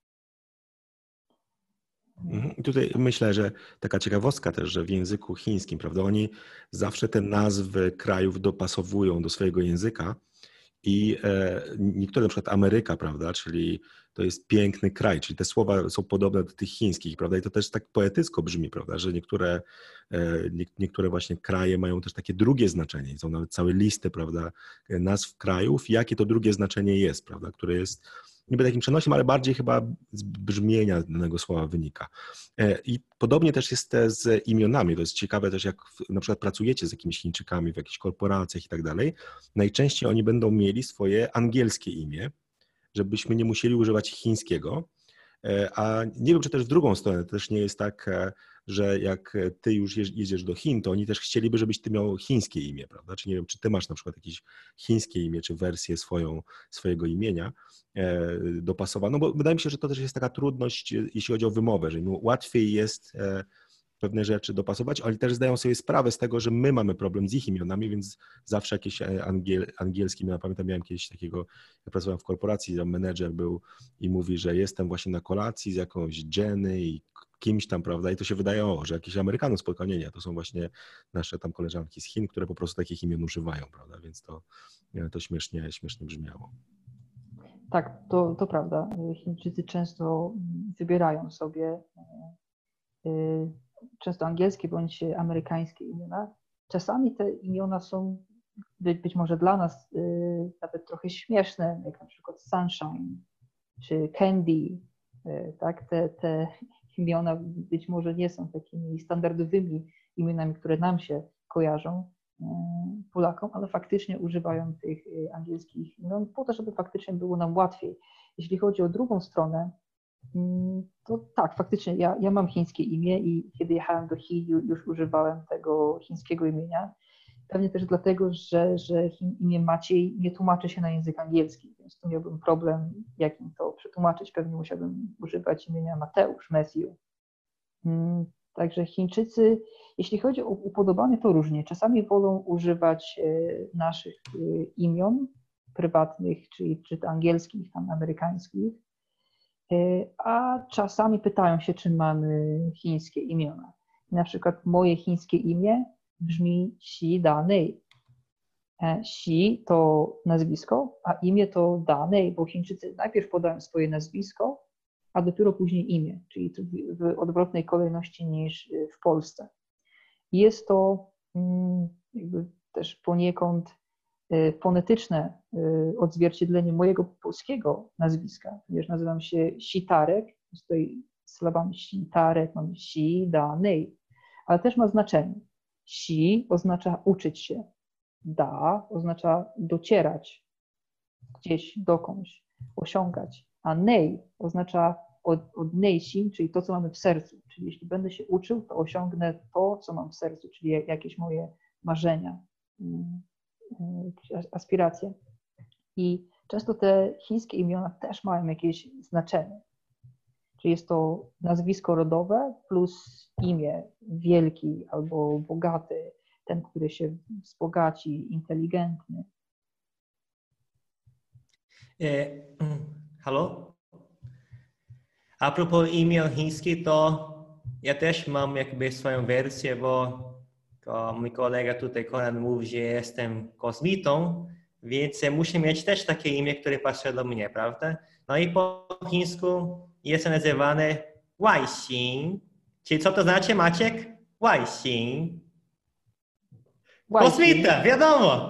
I tutaj myślę, że taka ciekawostka też, że w języku chińskim, prawda, oni zawsze te nazwy krajów dopasowują do swojego języka i niektóre, na przykład Ameryka, prawda, czyli to jest piękny kraj, czyli te słowa są podobne do tych chińskich, prawda, i to też tak poetycko brzmi, prawda, że niektóre właśnie kraje mają też takie drugie znaczenie, są nawet całe listy, prawda, nazw krajów, jakie to drugie znaczenie jest, prawda, które jest niby takim przenosiem, ale bardziej chyba z brzmienia danego słowa wynika. I podobnie też jest z imionami. To jest ciekawe też, jak na przykład pracujecie z jakimiś Chińczykami w jakichś korporacjach i tak dalej. Najczęściej oni będą mieli swoje angielskie imię, żebyśmy nie musieli używać chińskiego. A nie wiem, czy też w drugą stronę też nie jest tak, że jak ty już jedziesz do Chin, to oni też chcieliby, żebyś ty miał chińskie imię, prawda? Czy nie wiem, czy ty masz na przykład jakieś chińskie imię, czy wersję swojego imienia dopasowaną, bo wydaje mi się, że to też jest taka trudność, jeśli chodzi o wymowę, że im łatwiej jest pewne rzeczy dopasować, oni też zdają sobie sprawę z tego, że my mamy problem z ich imionami, więc zawsze jakieś angielskie imiona. Pamiętam, miałem kiedyś takiego, ja pracowałem w korporacji, tam menedżer był i mówi, że jestem właśnie na kolacji z jakąś Jenny i kimś tam, prawda, i to się wydaje, że jakiś Amerykanów spokojnie, nie, to są właśnie nasze tam koleżanki z Chin, które po prostu takich imion używają, prawda, więc to śmiesznie brzmiało. Tak, to prawda. Chińczycy często wybierają sobie często angielskie bądź amerykańskie imiona. Czasami te imiona są być może dla nas nawet trochę śmieszne, jak na przykład Sunshine czy Candy. Tak? Te imiona być może nie są takimi standardowymi imionami, które nam się kojarzą, Polakom, ale faktycznie używają tych angielskich imion po to, żeby faktycznie było nam łatwiej. Jeśli chodzi o drugą stronę, to tak, faktycznie ja mam chińskie imię i kiedy jechałem do Chin, już używałem tego chińskiego imienia. Pewnie też dlatego, że imię Maciej nie tłumaczy się na język angielski, więc tu miałbym problem, jak im to przetłumaczyć. Pewnie musiałbym używać imienia Mateusz, Matthew. Także Chińczycy, jeśli chodzi o upodobanie, to różnie. Czasami wolą używać naszych imion prywatnych, czy to angielskich, tam amerykańskich, a czasami pytają się, czy mamy chińskie imiona. Na przykład moje chińskie imię brzmi Xi Danei. Xi to nazwisko, a imię to Danei, bo Chińczycy najpierw podają swoje nazwisko, a dopiero później imię, czyli w odwrotnej kolejności niż w Polsce. Jest to jakby też poniekąd fonetyczne odzwierciedlenie mojego polskiego nazwiska, ponieważ nazywam się Sitarek, tutaj sylabami Sitarek, mam Xi Danei, ale też ma znaczenie. Xi oznacza uczyć się, Da oznacza docierać gdzieś, dokądś, osiągać, a Nei oznacza od Neixin, czyli to, co mamy w sercu. Czyli jeśli będę się uczył, to osiągnę to, co mam w sercu, czyli jakieś moje marzenia, aspiracje. I często te chińskie imiona też mają jakieś znaczenie. Czyli jest to nazwisko rodowe plus imię wielki albo bogaty, ten, który się wzbogaci, inteligentny. Halo? A propos imion chińskich, to ja też mam jakby swoją wersję, bo to mój kolega tutaj, Konrad, mówi, że jestem kosmitą, więc muszę mieć też takie imię, które pasuje do mnie, prawda? No i po chińsku jest nazywany Wajxin. Czyli co to znaczy, Maciek? Wajxin. Kosmita, wiadomo.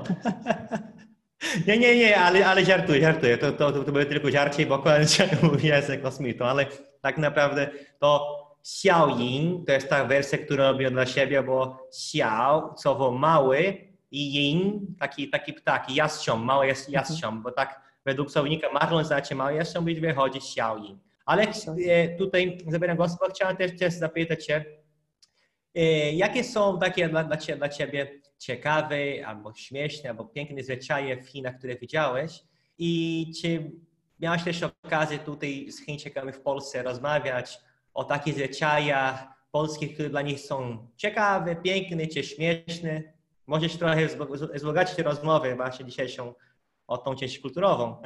Nie, ale żartuję. To był tylko żarcie, bo Konrad mówi, że jestem kosmitą, ale tak naprawdę to xiaoyin to jest ta wersja, którą robię dla siebie, bo xiao, słowo mały i yin, taki ptak, jastrząb, mały jastrząb, bo tak według słownika Marlon znaczy mały jastrząb i wychodzi xiaoyin. Ale tutaj zabieram głos, bo chciałem też zapytać Cię, jakie są takie dla Ciebie ciekawe, albo śmieszne, albo piękne zwyczaje w Chinach, które widziałeś i czy miałeś też okazję tutaj z Chińczykami w Polsce rozmawiać o takich zwyczajach polskich, które dla nich są ciekawe, piękne czy śmieszne? Możesz trochę wzbogacić rozmowę właśnie dzisiejszą o tą część kulturową.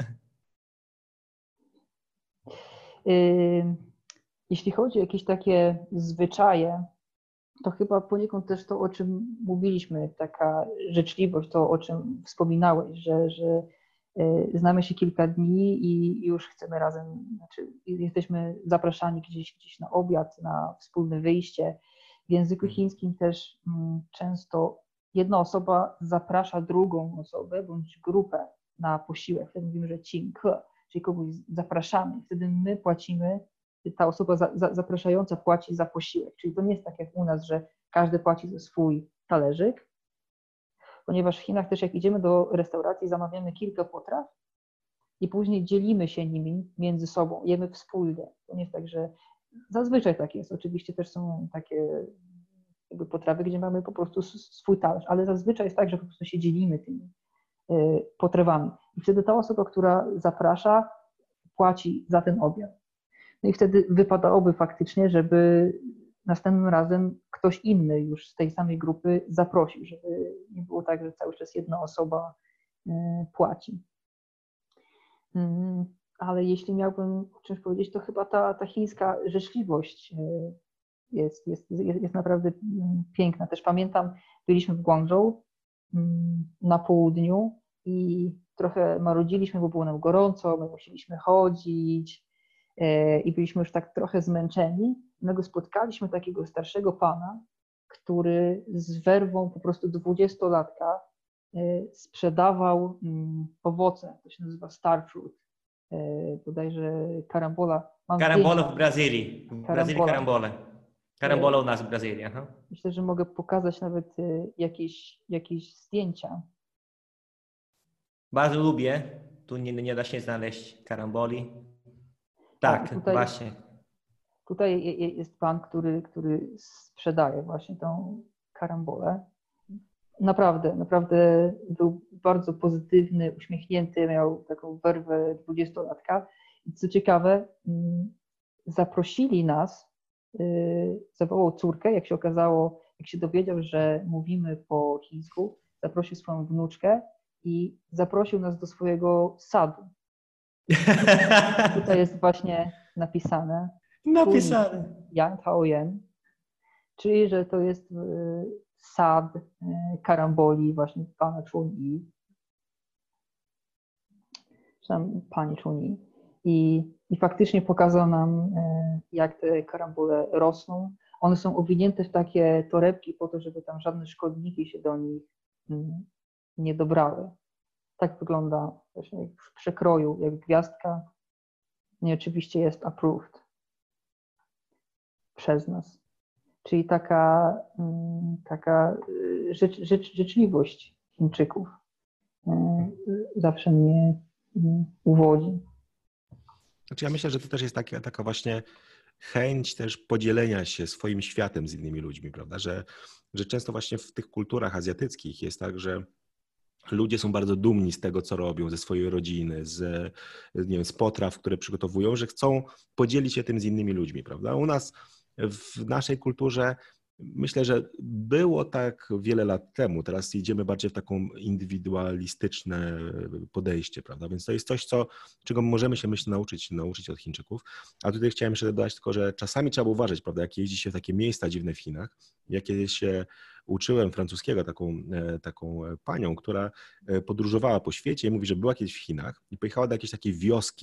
Jeśli chodzi o jakieś takie zwyczaje, to chyba poniekąd też to, o czym mówiliśmy, taka życzliwość, to o czym wspominałeś, że znamy się kilka dni i już chcemy razem, znaczy jesteśmy zapraszani gdzieś na obiad, na wspólne wyjście. W języku chińskim też często jedna osoba zaprasza drugą osobę bądź grupę na posiłek. Wtedy mówimy, że qingke, czyli kogoś zapraszamy. Wtedy my płacimy, ta osoba zapraszająca płaci za posiłek. Czyli to nie jest tak jak u nas, że każdy płaci za swój talerzyk, ponieważ w Chinach też jak idziemy do restauracji, zamawiamy kilka potraw i później dzielimy się nimi między sobą, jemy wspólnie. To nie jest tak, że zazwyczaj tak jest. Oczywiście też są takie jakby potrawy, gdzie mamy po prostu swój talerz, ale zazwyczaj jest tak, że po prostu się dzielimy tymi potrawami. I wtedy ta osoba, która zaprasza, płaci za ten obiad. No i wtedy wypadałoby faktycznie, żeby następnym razem ktoś inny już z tej samej grupy zaprosił, żeby nie było tak, że cały czas jedna osoba płaci. Ale jeśli miałbym o czymś powiedzieć, to chyba ta chińska życzliwość jest naprawdę piękna. Też pamiętam, byliśmy w Guangzhou na południu i trochę marudziliśmy, bo było nam gorąco, my musieliśmy chodzić i byliśmy już tak trochę zmęczeni. No spotkaliśmy takiego starszego pana, który z werwą po prostu 20-latka sprzedawał owoce, to się nazywa star fruit, bodajże karambola. Karambola w Brazylii. W Brazylii karambole. Karambola u nas w Brazylii. Aha. Myślę, że mogę pokazać nawet jakieś zdjęcia. Bardzo lubię. Tu nie da się znaleźć karamboli. Tak, właśnie. Tutaj jest pan, który sprzedaje właśnie tą karambolę. Naprawdę był bardzo pozytywny, uśmiechnięty, miał taką werwę 20-latka. I co ciekawe, zaprosili nas, zawołał córkę, jak się okazało, jak się dowiedział, że mówimy po chińsku, zaprosił swoją wnuczkę i zaprosił nas do swojego sadu. Tutaj jest właśnie napisane. Yang Taoyan, czyli że to jest sad karamboli właśnie pana Chun-Yi, czy tam pani Chun-Yi. I faktycznie pokazał nam, jak te karambole rosną. One są owinięte w takie torebki po to, żeby tam żadne szkodniki się do nich nie dobrały. Tak wygląda właśnie w przekroju, jak gwiazdka. I oczywiście jest approved przez nas. Czyli taka życzliwość Chińczyków zawsze mnie uwodzi. Znaczy ja myślę, że to też jest taka właśnie chęć też podzielenia się swoim światem z innymi ludźmi, prawda? Że często właśnie w tych kulturach azjatyckich jest tak, że ludzie są bardzo dumni z tego, co robią, ze swojej rodziny, z potraw, które przygotowują, że chcą podzielić się tym z innymi ludźmi, prawda? U nas w naszej kulturze myślę, że było tak wiele lat temu, teraz idziemy bardziej w taką indywidualistyczne podejście, prawda? Więc to jest coś, czego możemy się, myślę, nauczyć od Chińczyków. A tutaj chciałem jeszcze dodać tylko, że czasami trzeba uważać, prawda, jak jeździ się w takie miejsca dziwne w Chinach. Ja kiedyś się uczyłem francuskiego taką panią, która podróżowała po świecie i mówi, że była kiedyś w Chinach i pojechała do jakiejś takiej wioski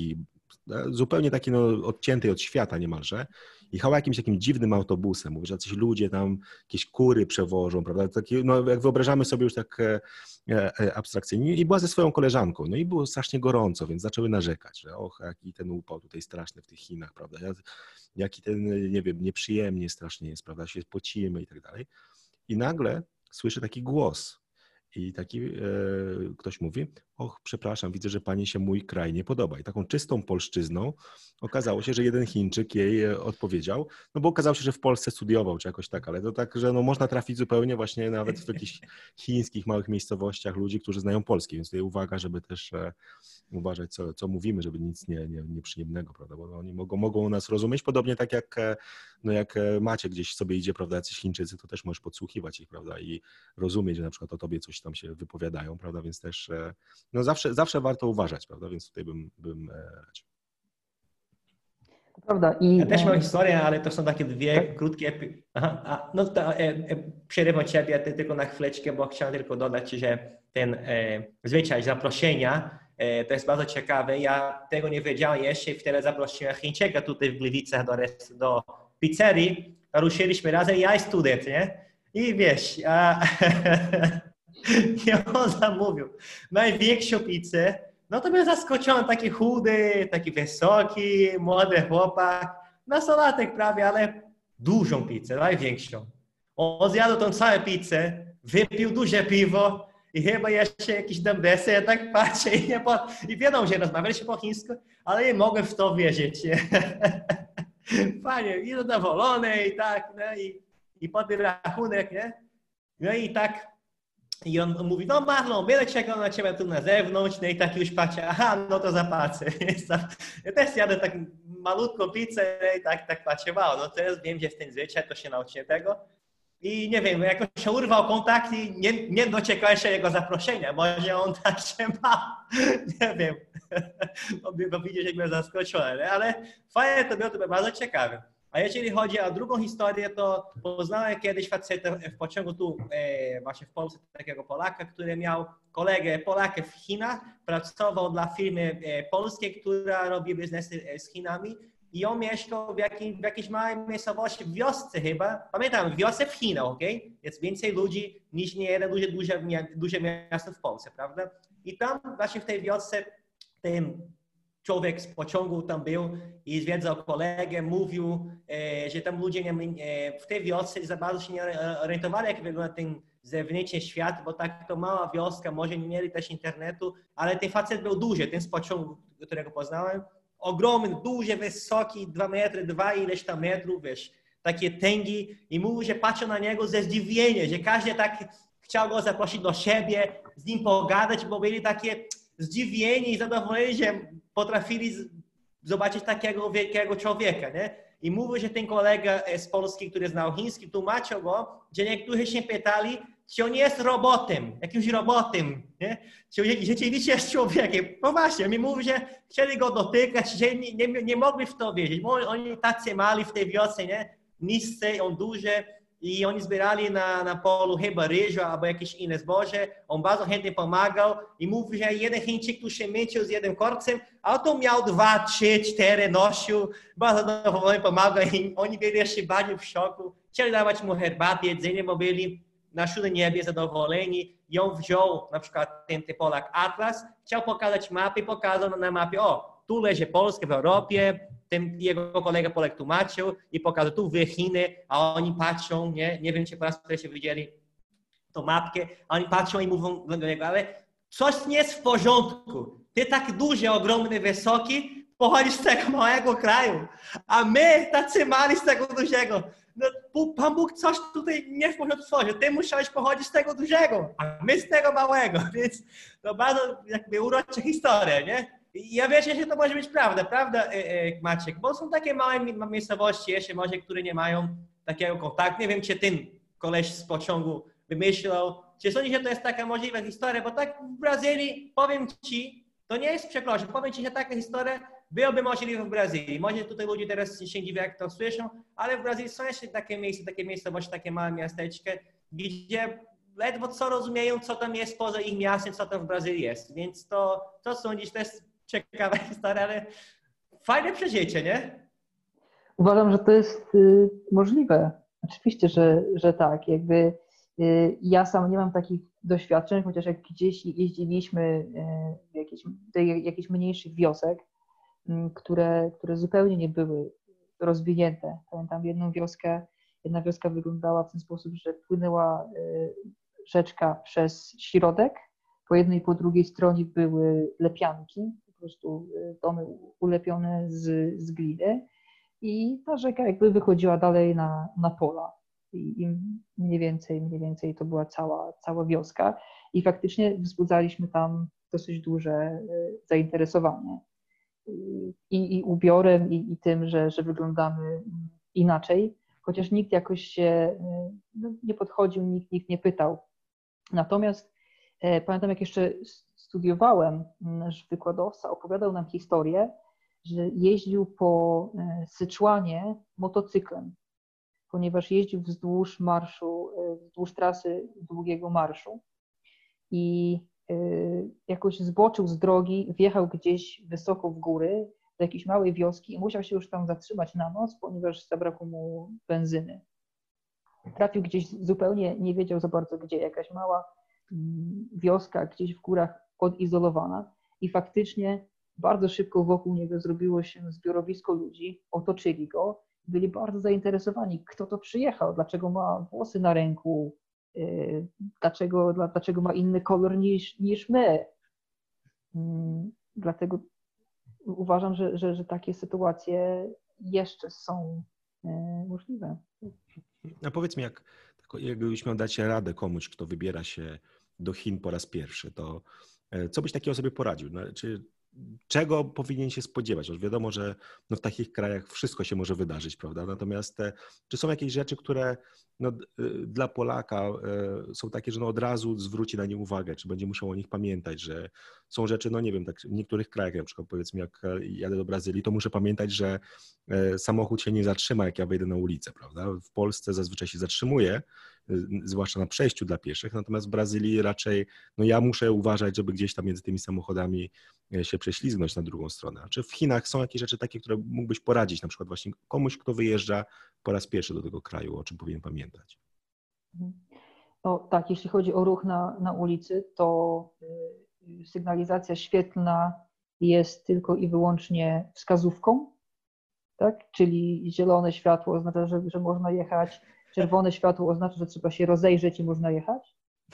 zupełnie takiej no, odciętej od świata niemalże. Jechała jakimś takim dziwnym autobusem, mówi, że jacyś ludzie tam jakieś kury przewożą, prawda, takie, no jak wyobrażamy sobie już tak abstrakcyjnie i była ze swoją koleżanką, no i było strasznie gorąco, więc zaczęły narzekać, że och, jaki ten upał tutaj straszny w tych Chinach, prawda, jaki ten, nie wiem, nieprzyjemnie strasznie jest, prawda, się pocimy i tak dalej. I nagle słyszę taki głos i taki ktoś mówi, och, przepraszam, widzę, że pani się mój kraj nie podoba. I taką czystą polszczyzną okazało się, że jeden Chińczyk jej odpowiedział, no bo okazało się, że w Polsce studiował czy jakoś tak, ale to tak, że no można trafić zupełnie właśnie nawet w jakichś chińskich małych miejscowościach ludzi, którzy znają polski, więc tutaj uwaga, żeby też uważać, co mówimy, żeby nic nieprzyjemnego, prawda, bo oni mogą nas rozumieć, podobnie tak jak, no jak Maciek gdzieś sobie idzie, prawda, jacyś Chińczycy, to też możesz podsłuchiwać ich, prawda, i rozumieć, że na przykład o tobie coś tam się wypowiadają, prawda, więc też no zawsze warto uważać, prawda, więc tutaj bym radził. Prawda. Ja też mam historię, ale to są takie dwie krótkie. No to przerywam ciebie tylko na chwileczkę, bo chciałem tylko dodać, że ten zwyczaj zaproszenia to jest bardzo ciekawe. Ja tego nie wiedziałem jeszcze i wtedy zaprosiłem Chińczyka tutaj w Gliwicach do pizzerii. Ruszyliśmy razem, ja i student, nie? I wiesz, i on zamówił największą pizzę. No to był zaskoczony, taki chudy, taki wysoki, młody chłopak, nastolatek prawie, ale dużą pizzę, największą. On zjadł tą całą pizzę, wypił duże piwo i chyba jeszcze jakiś tam deser, ja tak patrzę i wiadomo, że rozmawialiśmy po chińsku, ale nie mogłem w to wierzyć. Panie, i zadowolony i tak, no i potem rachunek, nie? No i tak. I on mówi, no Marlon, będę czekał na ciebie tu na zewnątrz, no i tak już patrzę, aha, no to zapłacę. Ja też jadę tak malutką pizzę i tak patrzę, wow, no teraz wiem, że w ten zwyczaj to się nauczyłem tego. I nie wiem, jakoś się urwał kontakt i nie doczekałem się jego zaproszenia, może on tak się ma, nie wiem, bo widzisz, jak mnie zaskoczony, ale fajnie to było bardzo ciekawe. A jeżeli chodzi o drugą historię, to poznałem kiedyś faceta w pociągu tu, właśnie w Polsce, takiego Polaka, który miał kolegę Polakę w Chinach, pracował dla firmy polskiej, która robi biznesy z Chinami i on mieszkał w jakiejś małej miejscowości, w wiosce chyba, pamiętam, wiosce w Chinach, okej? Jest więcej ludzi niż nie jeden duże miasto w Polsce, prawda? I tam właśnie w tej wiosce, człowiek z pociągu tam był i zwiedzał kolegę, mówił, że tam ludzie w tej wiosce za bardzo się nie orientowali, jak wygląda ten zewnętrzny świat, bo tak to mała wioska, może nie mieli też internetu, ale ten facet był duży, ten z pociągu, którego poznałem, ogromny, duży, wysoki, 2 metry, 2 ileś tam metrów, wiesz, takie tęgi i mówił, że patrzą na niego ze zdziwieniem, że każdy tak chciał go zaprosić do siebie, z nim pogadać, bo byli takie zdziwieni i zadowoleni, że potrafili zobaczyć takiego wielkiego człowieka, nie? I mówił, że ten kolega z Polski, który znał chiński, tłumaczył go, że niektórzy się pytali, czy on jest robotem, jakimś robotem, nie? Czy rzeczywiście jest człowiekiem. No właśnie, mi mówił, że chcieli go dotykać, że nie mogli w to wierzyć, bo oni tacy mali w tej wiosce, nie? Niscy, on duży i oni zbierali na polu chyba ryżu albo jakieś inne zboże. On bardzo chętnie pomagał i mówił, że jeden Chińczyk tu się męczył z jednym korcem, a to miał 2, 3, 4 nosił, bardzo zadowolony pomagał i oni byli jeszcze bardziej w szoku. Chcieli dawać mu herbatę, jedzenie, bo byli na siódmym niebie zadowoleni i on wziął na przykład ten Polak atlas, chciał pokazać mapę i pokazał na mapie, o, tu leży Polska w Europie, ten jego kolega Polak tłumaczył i pokazał, tu w Chiny, a oni patrzą, nie wiem, czy po raz pierwszy widzieli tą mapkę, a oni patrzą i mówią do niego, ale coś nie jest w porządku, ty tak duży, ogromny, wysoki, pochodzisz z tego małego kraju, a my tacy mali z tego dużego. No, Pan Bóg coś tutaj nie w porządku stworzył. Ty musiałeś pochodzić z tego dużego, a my z tego małego. Więc to bardzo jakby urocza historia, nie? I ja wierzę, że to może być prawda, Maciek? Bo są takie małe miejscowości jeszcze może, które nie mają takiego kontaktu. Nie wiem, czy ten koleś z pociągu wymyślał. Czy sądzisz, że to jest taka możliwa historia? Bo tak w Brazylii, powiem ci, to nie jest przekroczenie. Powiem ci, że taka historia byłoby możliwe w Brazylii. Może tutaj ludzie teraz się dziwią, jak to słyszą, ale w Brazylii są jeszcze takie miejsca, takie miejscowości, takie małe miasteczka, gdzie ledwo co rozumieją, co tam jest poza ich miastem, co tam w Brazylii jest. Więc to sądzisz, to jest ciekawa historia, ale Fajne przeżycie, nie? Uważam, że to jest możliwe. Oczywiście, że tak. Jakby ja sam nie mam takich doświadczeń, chociaż jak gdzieś jeździliśmy do jakichś mniejszych wiosek, które zupełnie nie były rozwinięte. Pamiętam jedna wioska wyglądała w ten sposób, że płynęła rzeczka przez środek, po jednej i po drugiej stronie były lepianki, po prostu domy ulepione z gliny i ta rzeka jakby wychodziła dalej na pola. I mniej więcej to była cała wioska i faktycznie wzbudzaliśmy tam dosyć duże zainteresowanie i ubiorem i tym, że wyglądamy inaczej, chociaż nikt jakoś się nie podchodził, nikt nie pytał. Natomiast pamiętam, jak jeszcze studiowałem, nasz wykładowca opowiadał nam historię, że jeździł po Syczuanie motocyklem, ponieważ jeździł wzdłuż trasy długiego marszu i jakoś zboczył z drogi, wjechał gdzieś wysoko w góry do jakiejś małej wioski i musiał się już tam zatrzymać na noc, ponieważ zabrakło mu benzyny. Trafił gdzieś, zupełnie nie wiedział za bardzo gdzie, jakaś mała wioska gdzieś w górach odizolowana i faktycznie bardzo szybko wokół niego zrobiło się zbiorowisko ludzi, otoczyli go, byli bardzo zainteresowani, kto to przyjechał, dlaczego ma włosy na ręku, dlaczego ma inny kolor niż my. Dlatego uważam, że takie sytuacje jeszcze są możliwe. A powiedz mi, jakbyś miał dać radę komuś, kto wybiera się do Chin po raz pierwszy, to co byś takiego sobie poradził? Czego powinien się spodziewać? Już wiadomo, że w takich krajach wszystko się może wydarzyć, prawda? Natomiast czy są jakieś rzeczy, które dla Polaka są takie, że od razu zwróci na nie uwagę, czy będzie musiał o nich pamiętać, że są rzeczy, nie wiem, tak w niektórych krajach, na przykład powiedzmy jak jadę do Brazylii, to muszę pamiętać, że samochód się nie zatrzyma, jak ja wejdę na ulicę, prawda? W Polsce zazwyczaj się zatrzymuje, zwłaszcza na przejściu dla pieszych, natomiast w Brazylii raczej ja muszę uważać, żeby gdzieś tam między tymi samochodami się prześlizgnąć na drugą stronę. Czy w Chinach są jakieś rzeczy takie, które mógłbyś poradzić na przykład właśnie komuś, kto wyjeżdża po raz pierwszy do tego kraju, o czym powinien pamiętać? No tak, jeśli chodzi o ruch na ulicy, to sygnalizacja świetlna jest tylko i wyłącznie wskazówką, tak? Czyli zielone światło oznacza, że można jechać, czerwone światło oznacza, że trzeba się rozejrzeć i można jechać.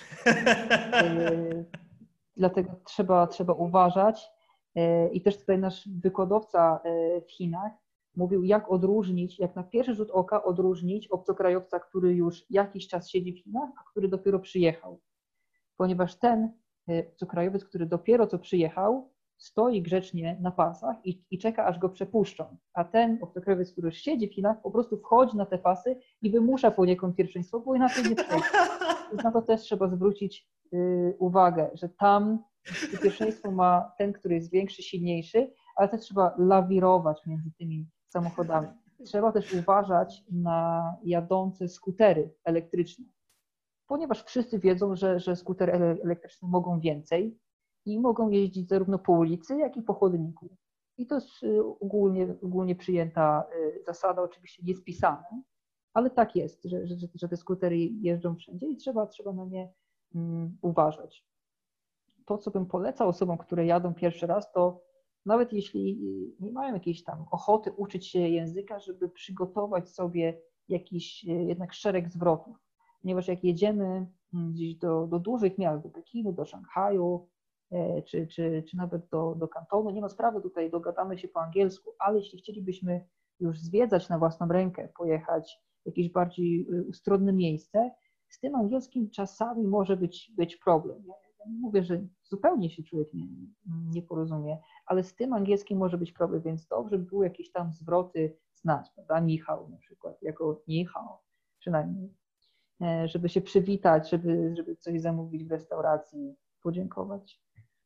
Dlatego trzeba uważać. I też tutaj nasz wykładowca w Chinach mówił, jak na pierwszy rzut oka odróżnić obcokrajowca, który już jakiś czas siedzi w Chinach, a który dopiero przyjechał. Ponieważ ten obcokrajowiec, który dopiero co przyjechał, stoi grzecznie na pasach i czeka, aż go przepuszczą. A ten obcokrajowiec, który już siedzi w Chinach, po prostu wchodzi na te pasy i wymusza poniekąd pierwszeństwo, bo inaczej nie przejdzie. Więc na to też trzeba zwrócić uwagę, że tam pierwszeństwo ma ten, który jest większy, silniejszy, ale też trzeba lawirować między tymi samochodami. Trzeba też uważać na jadące skutery elektryczne, ponieważ wszyscy wiedzą, że skutery elektryczne mogą więcej i mogą jeździć zarówno po ulicy, jak i po chodniku. I to jest ogólnie przyjęta zasada, oczywiście nie spisana, ale tak jest, że te skutery jeżdżą wszędzie i trzeba na nie uważać. To, co bym polecał osobom, które jadą pierwszy raz, to nawet jeśli nie mają jakiejś tam ochoty uczyć się języka, żeby przygotować sobie jakiś jednak szereg zwrotów. Ponieważ jak jedziemy gdzieś do dużych miast, do Pekinu, do Szanghaju, czy nawet do Kantonu, nie ma sprawy, tutaj dogadamy się po angielsku, ale jeśli chcielibyśmy już zwiedzać na własną rękę, pojechać w jakieś bardziej ustronne miejsce, z tym angielskim czasami może być problem. Ja nie mówię, że zupełnie się człowiek nie porozumie, ale z tym angielskim może być problem, więc dobrze by było jakieś tam zwroty znać, prawda? Ni hao na przykład, jako ni hao przynajmniej, żeby się przywitać, żeby coś zamówić w restauracji, podziękować.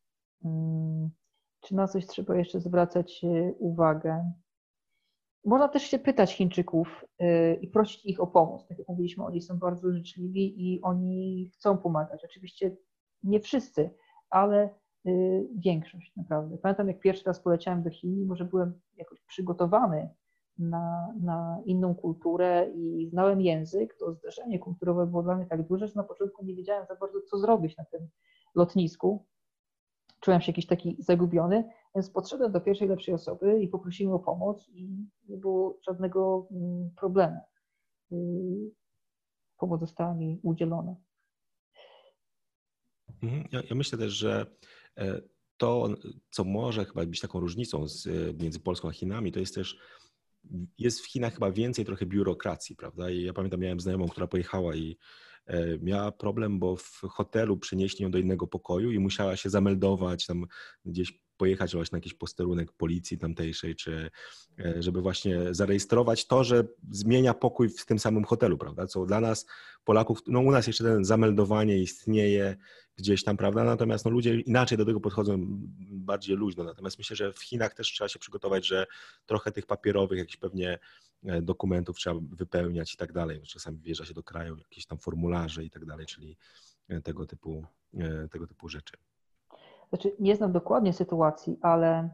Czy na coś trzeba jeszcze zwracać uwagę? Można też się pytać Chińczyków i prosić ich o pomoc. Tak jak mówiliśmy, oni są bardzo życzliwi i oni chcą pomagać. Oczywiście nie wszyscy, ale większość naprawdę. Pamiętam, jak pierwszy raz poleciałem do Chin, mimo że byłem jakoś przygotowany na inną kulturę i znałem język, to zderzenie kulturowe było dla mnie tak duże, że na początku nie wiedziałem za bardzo, co zrobić na tym lotnisku. Czułem się jakiś taki zagubiony, więc podszedłem do pierwszej lepszej osoby i poprosiłem o pomoc i nie było żadnego problemu. Pomoc została mi udzielona. Ja myślę też, że to, co może chyba być taką różnicą między Polską a Chinami, to jest też, jest w Chinach chyba więcej trochę biurokracji, prawda? I ja pamiętam, miałem znajomą, która pojechała i miała problem, bo w hotelu przenieśli ją do innego pokoju i musiała się zameldować, tam gdzieś pojechać właśnie na jakiś posterunek policji tamtejszej, czy żeby właśnie zarejestrować to, że zmienia pokój w tym samym hotelu, prawda? Co dla nas, Polaków, no u nas jeszcze ten zameldowanie istnieje gdzieś tam, prawda? Natomiast no, ludzie inaczej do tego podchodzą, bardziej luźno. Natomiast myślę, że w Chinach też trzeba się przygotować, że trochę tych papierowych jakichś pewnie dokumentów trzeba wypełniać i tak dalej. Czasami wjeżdża się do kraju, jakieś tam formularze i tak dalej, czyli tego typu rzeczy. Znaczy, nie znam dokładnie sytuacji, ale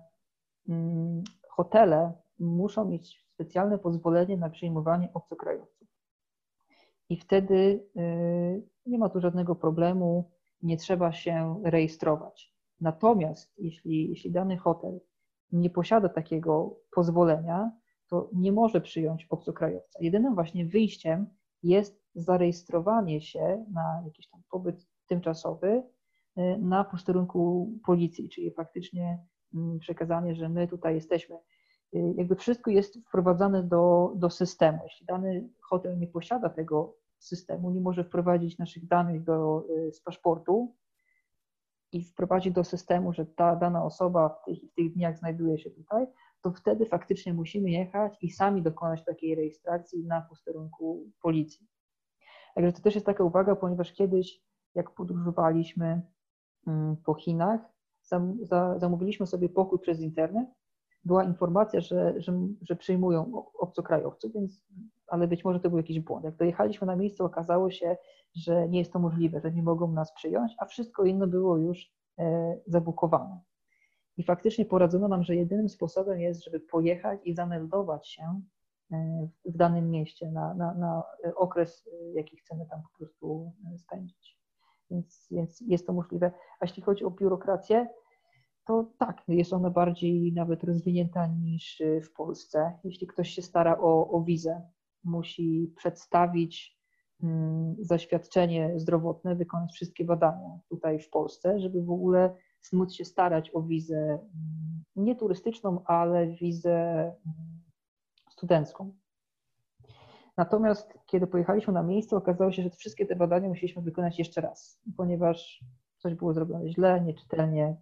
hotele muszą mieć specjalne pozwolenie na przyjmowanie obcokrajowców. I wtedy nie ma tu żadnego problemu, nie trzeba się rejestrować. Natomiast jeśli dany hotel nie posiada takiego pozwolenia, to nie może przyjąć obcokrajowca. Jedynym właśnie wyjściem jest zarejestrowanie się na jakiś tam pobyt tymczasowy na posterunku policji, czyli faktycznie przekazanie, że my tutaj jesteśmy. Jakby wszystko jest wprowadzane do systemu. Jeśli dany hotel nie posiada tego systemu, nie może wprowadzić naszych danych z paszportu i wprowadzić do systemu, że ta dana osoba w tych dniach znajduje się tutaj, to wtedy faktycznie musimy jechać i sami dokonać takiej rejestracji na posterunku policji. Także to też jest taka uwaga, ponieważ kiedyś, jak podróżowaliśmy po Chinach, zamówiliśmy sobie pokój przez internet. Była informacja, że przyjmują obcokrajowców, ale być może to był jakiś błąd. Jak dojechaliśmy na miejsce, okazało się, że nie jest to możliwe, że nie mogą nas przyjąć, a wszystko inne było już zabukowane. I faktycznie poradzono nam, że jedynym sposobem jest, żeby pojechać i zameldować się w danym mieście na okres, jaki chcemy tam po prostu spędzić. Więc jest to możliwe. A jeśli chodzi o biurokrację, to tak, jest ona bardziej nawet rozwinięta niż w Polsce. Jeśli ktoś się stara o wizę, musi przedstawić zaświadczenie zdrowotne, wykonać wszystkie badania tutaj w Polsce, żeby w ogóle móc się starać o wizę nie turystyczną, ale wizę studencką. Natomiast kiedy pojechaliśmy na miejsce, okazało się, że wszystkie te badania musieliśmy wykonać jeszcze raz, ponieważ coś było zrobione źle, nieczytelnie,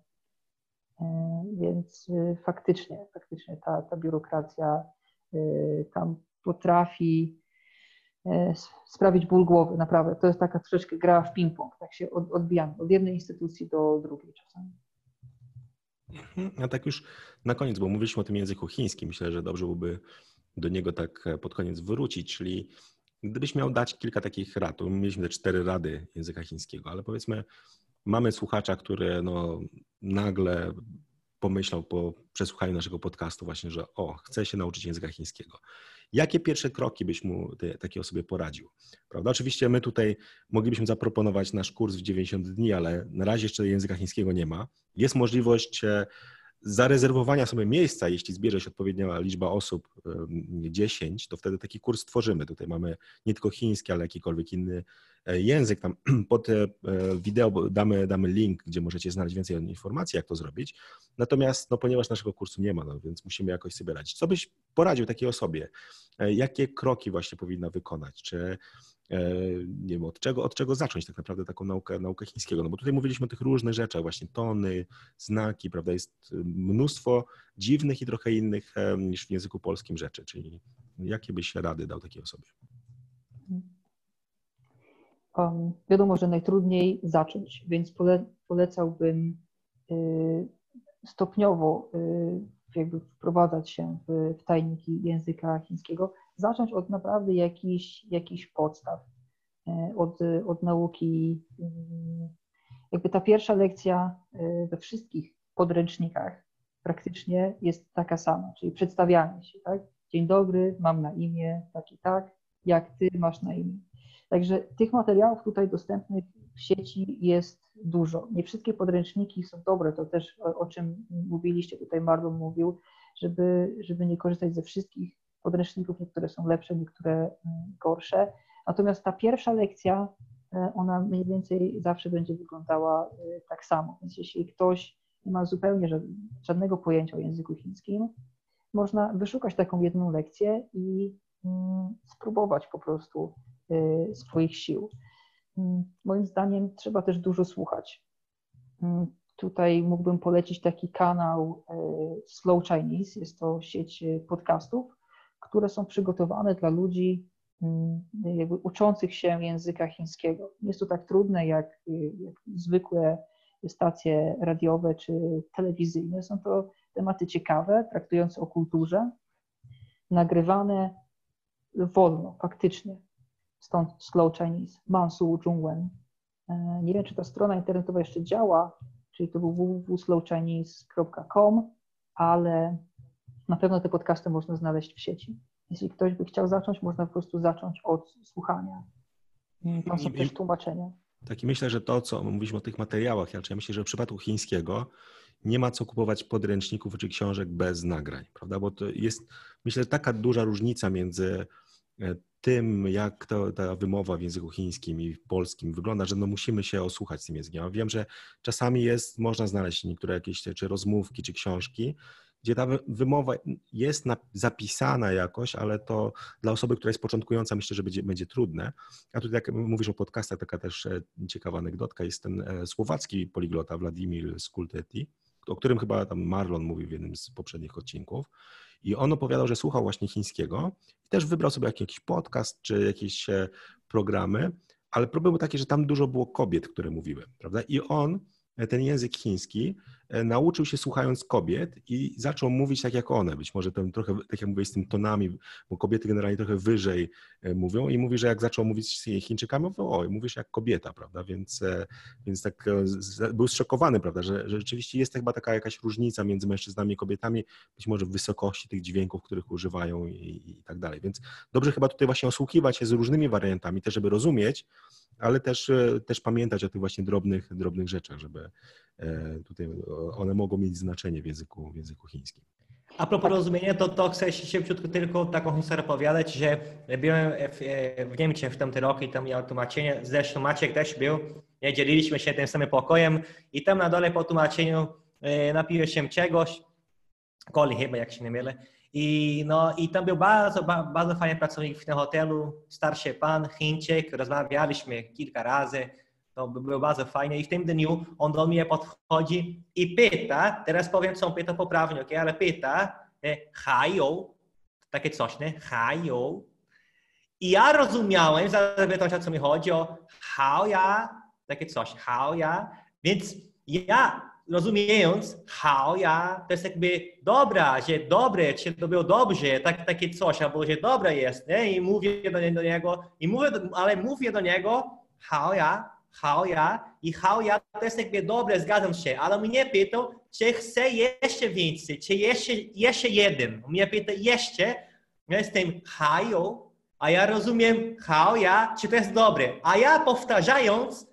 więc faktycznie ta biurokracja tam potrafi sprawić ból głowy, naprawdę. To jest taka troszeczkę gra w ping-pong, tak się odbijamy od jednej instytucji do drugiej czasami. A tak już na koniec, bo mówiliśmy o tym języku chińskim, myślę, że dobrze byłoby do niego tak pod koniec wrócić, czyli gdybyś miał dać kilka takich rad, to mieliśmy te 4 rady języka chińskiego, ale powiedzmy, mamy słuchacza, który nagle pomyślał po przesłuchaniu naszego podcastu właśnie, że chce się nauczyć języka chińskiego. Jakie pierwsze kroki byś mu takiej osobie poradził? Prawda? Oczywiście my tutaj moglibyśmy zaproponować nasz kurs w 90 dni, ale na razie jeszcze języka chińskiego nie ma. Jest możliwość zarezerwowania sobie miejsca, jeśli zbierze się odpowiednia liczba osób, 10, to wtedy taki kurs tworzymy. Tutaj mamy nie tylko chiński, ale jakikolwiek inny język. Tam pod wideo damy link, gdzie możecie znaleźć więcej informacji, jak to zrobić. Natomiast ponieważ naszego kursu nie ma, więc musimy jakoś sobie radzić. Co byś poradził takiej osobie? Jakie kroki właśnie powinna wykonać? Czy nie wiem, od czego zacząć tak naprawdę taką naukę chińskiego? No bo tutaj mówiliśmy o tych różnych rzeczach, właśnie tony, znaki, prawda? Jest mnóstwo dziwnych i trochę innych niż w języku polskim rzeczy, czyli jakie byś rady dał takiej osobie? Wiadomo, że najtrudniej zacząć, więc polecałbym stopniowo jakby wprowadzać się w tajniki języka chińskiego, zacząć od naprawdę jakichś podstaw, od nauki jakby ta pierwsza lekcja we wszystkich podręcznikach praktycznie jest taka sama, czyli przedstawianie się, tak? Dzień dobry, mam na imię tak i tak, jak ty masz na imię. Także tych materiałów tutaj dostępnych w sieci jest dużo. Nie wszystkie podręczniki są dobre, to też o czym mówiliście, tutaj Marlon mówił, żeby nie korzystać ze wszystkich podręczników, niektóre są lepsze, niektóre gorsze. Natomiast ta pierwsza lekcja, ona mniej więcej zawsze będzie wyglądała tak samo. Więc jeśli ktoś nie ma zupełnie żadnego pojęcia o języku chińskim, można wyszukać taką jedną lekcję i spróbować po prostu swoich sił. Moim zdaniem trzeba też dużo słuchać. Tutaj mógłbym polecić taki kanał Slow Chinese. Jest to sieć podcastów, które są przygotowane dla ludzi jakby uczących się języka chińskiego. Nie jest to tak trudne jak zwykłe stacje radiowe czy telewizyjne. Są to tematy ciekawe, traktujące o kulturze, nagrywane wolno, faktycznie. Stąd Slow Chinese, Mansu Zhongwen. Nie wiem, czy ta strona internetowa jeszcze działa, czyli to był www.slowchinese.com, ale na pewno te podcasty można znaleźć w sieci. Jeśli ktoś by chciał zacząć, można po prostu zacząć od słuchania. Tam są też tłumaczenia. Tak, i myślę, że to, co mówiliśmy o tych materiałach, ja myślę, że w przypadku chińskiego nie ma co kupować podręczników czy książek bez nagrań, prawda? Bo to jest, myślę, taka duża różnica między tym, jak ta wymowa w języku chińskim i w polskim wygląda, że no musimy się osłuchać z tym językiem. Ja wiem, że czasami można znaleźć niektóre jakieś czy rozmówki, czy książki, gdzie ta wymowa jest zapisana jakoś, ale to dla osoby, która jest początkująca, myślę, że będzie trudne. A tutaj, jak mówisz o podcastach, taka też ciekawa anegdotka, jest ten słowacki poliglota Władimir Skulteti, o którym chyba tam Marlon mówił w jednym z poprzednich odcinków. I on opowiadał, że słuchał właśnie chińskiego i też wybrał sobie jakiś podcast czy jakieś programy, ale problem był taki, że tam dużo było kobiet, które mówiły, prawda? I on ten język chiński nauczył się słuchając kobiet i zaczął mówić tak jak one. Być może ten trochę, tak jak mówię, z tym tonami, bo kobiety generalnie trochę wyżej mówią i mówi, że jak zaczął mówić z Chińczykami, mówią, oj, mówisz jak kobieta, prawda? Więc tak był zszokowany, prawda, że rzeczywiście jest chyba taka jakaś różnica między mężczyznami i kobietami, być może w wysokości tych dźwięków, których używają i tak dalej. Więc dobrze chyba tutaj właśnie osłuchiwać się z różnymi wariantami, też żeby rozumieć, ale też pamiętać o tych właśnie drobnych rzeczach, żeby tutaj one mogą mieć znaczenie w języku chińskim. A propos rozumienia, to chcę się szybciutko tylko taką historię opowiadać, że byłem w Niemczech w tamtym roku i tam miałem tłumaczenie, zresztą Maciek też był, dzieliliśmy się tym samym pokojem i tam na dole po tłumaczeniu napiłem się czegoś, coli chyba, jak się nie mylę. I tam był bardzo fajny pracownik w tym hotelu, starszy pan, Chińczyk, rozmawialiśmy kilka razy, to było bardzo fajnie i w tym dniu on do mnie podchodzi i pyta, teraz powiem co on pyta poprawnie, okay? Ale pyta, hajo, takie coś, nie? Hajo. I ja rozumiałem, zapytał, o co mi chodzi, o haoja, takie coś, haoja, więc ja rozumiejąc, haoja, to jest jakby dobra, że dobre, czy to było dobrze, takie coś, albo że dobre jest, nie? I mówię do niego, ale mówię do niego, haoja i haoja to jest jakby dobre, zgadzam się, ale mnie pytał, czy chce jeszcze więcej, czy jeszcze jeden. Mnie pyta jeszcze, ja z tym hajo, a ja rozumiem haoja, czy to jest dobre. A ja powtarzając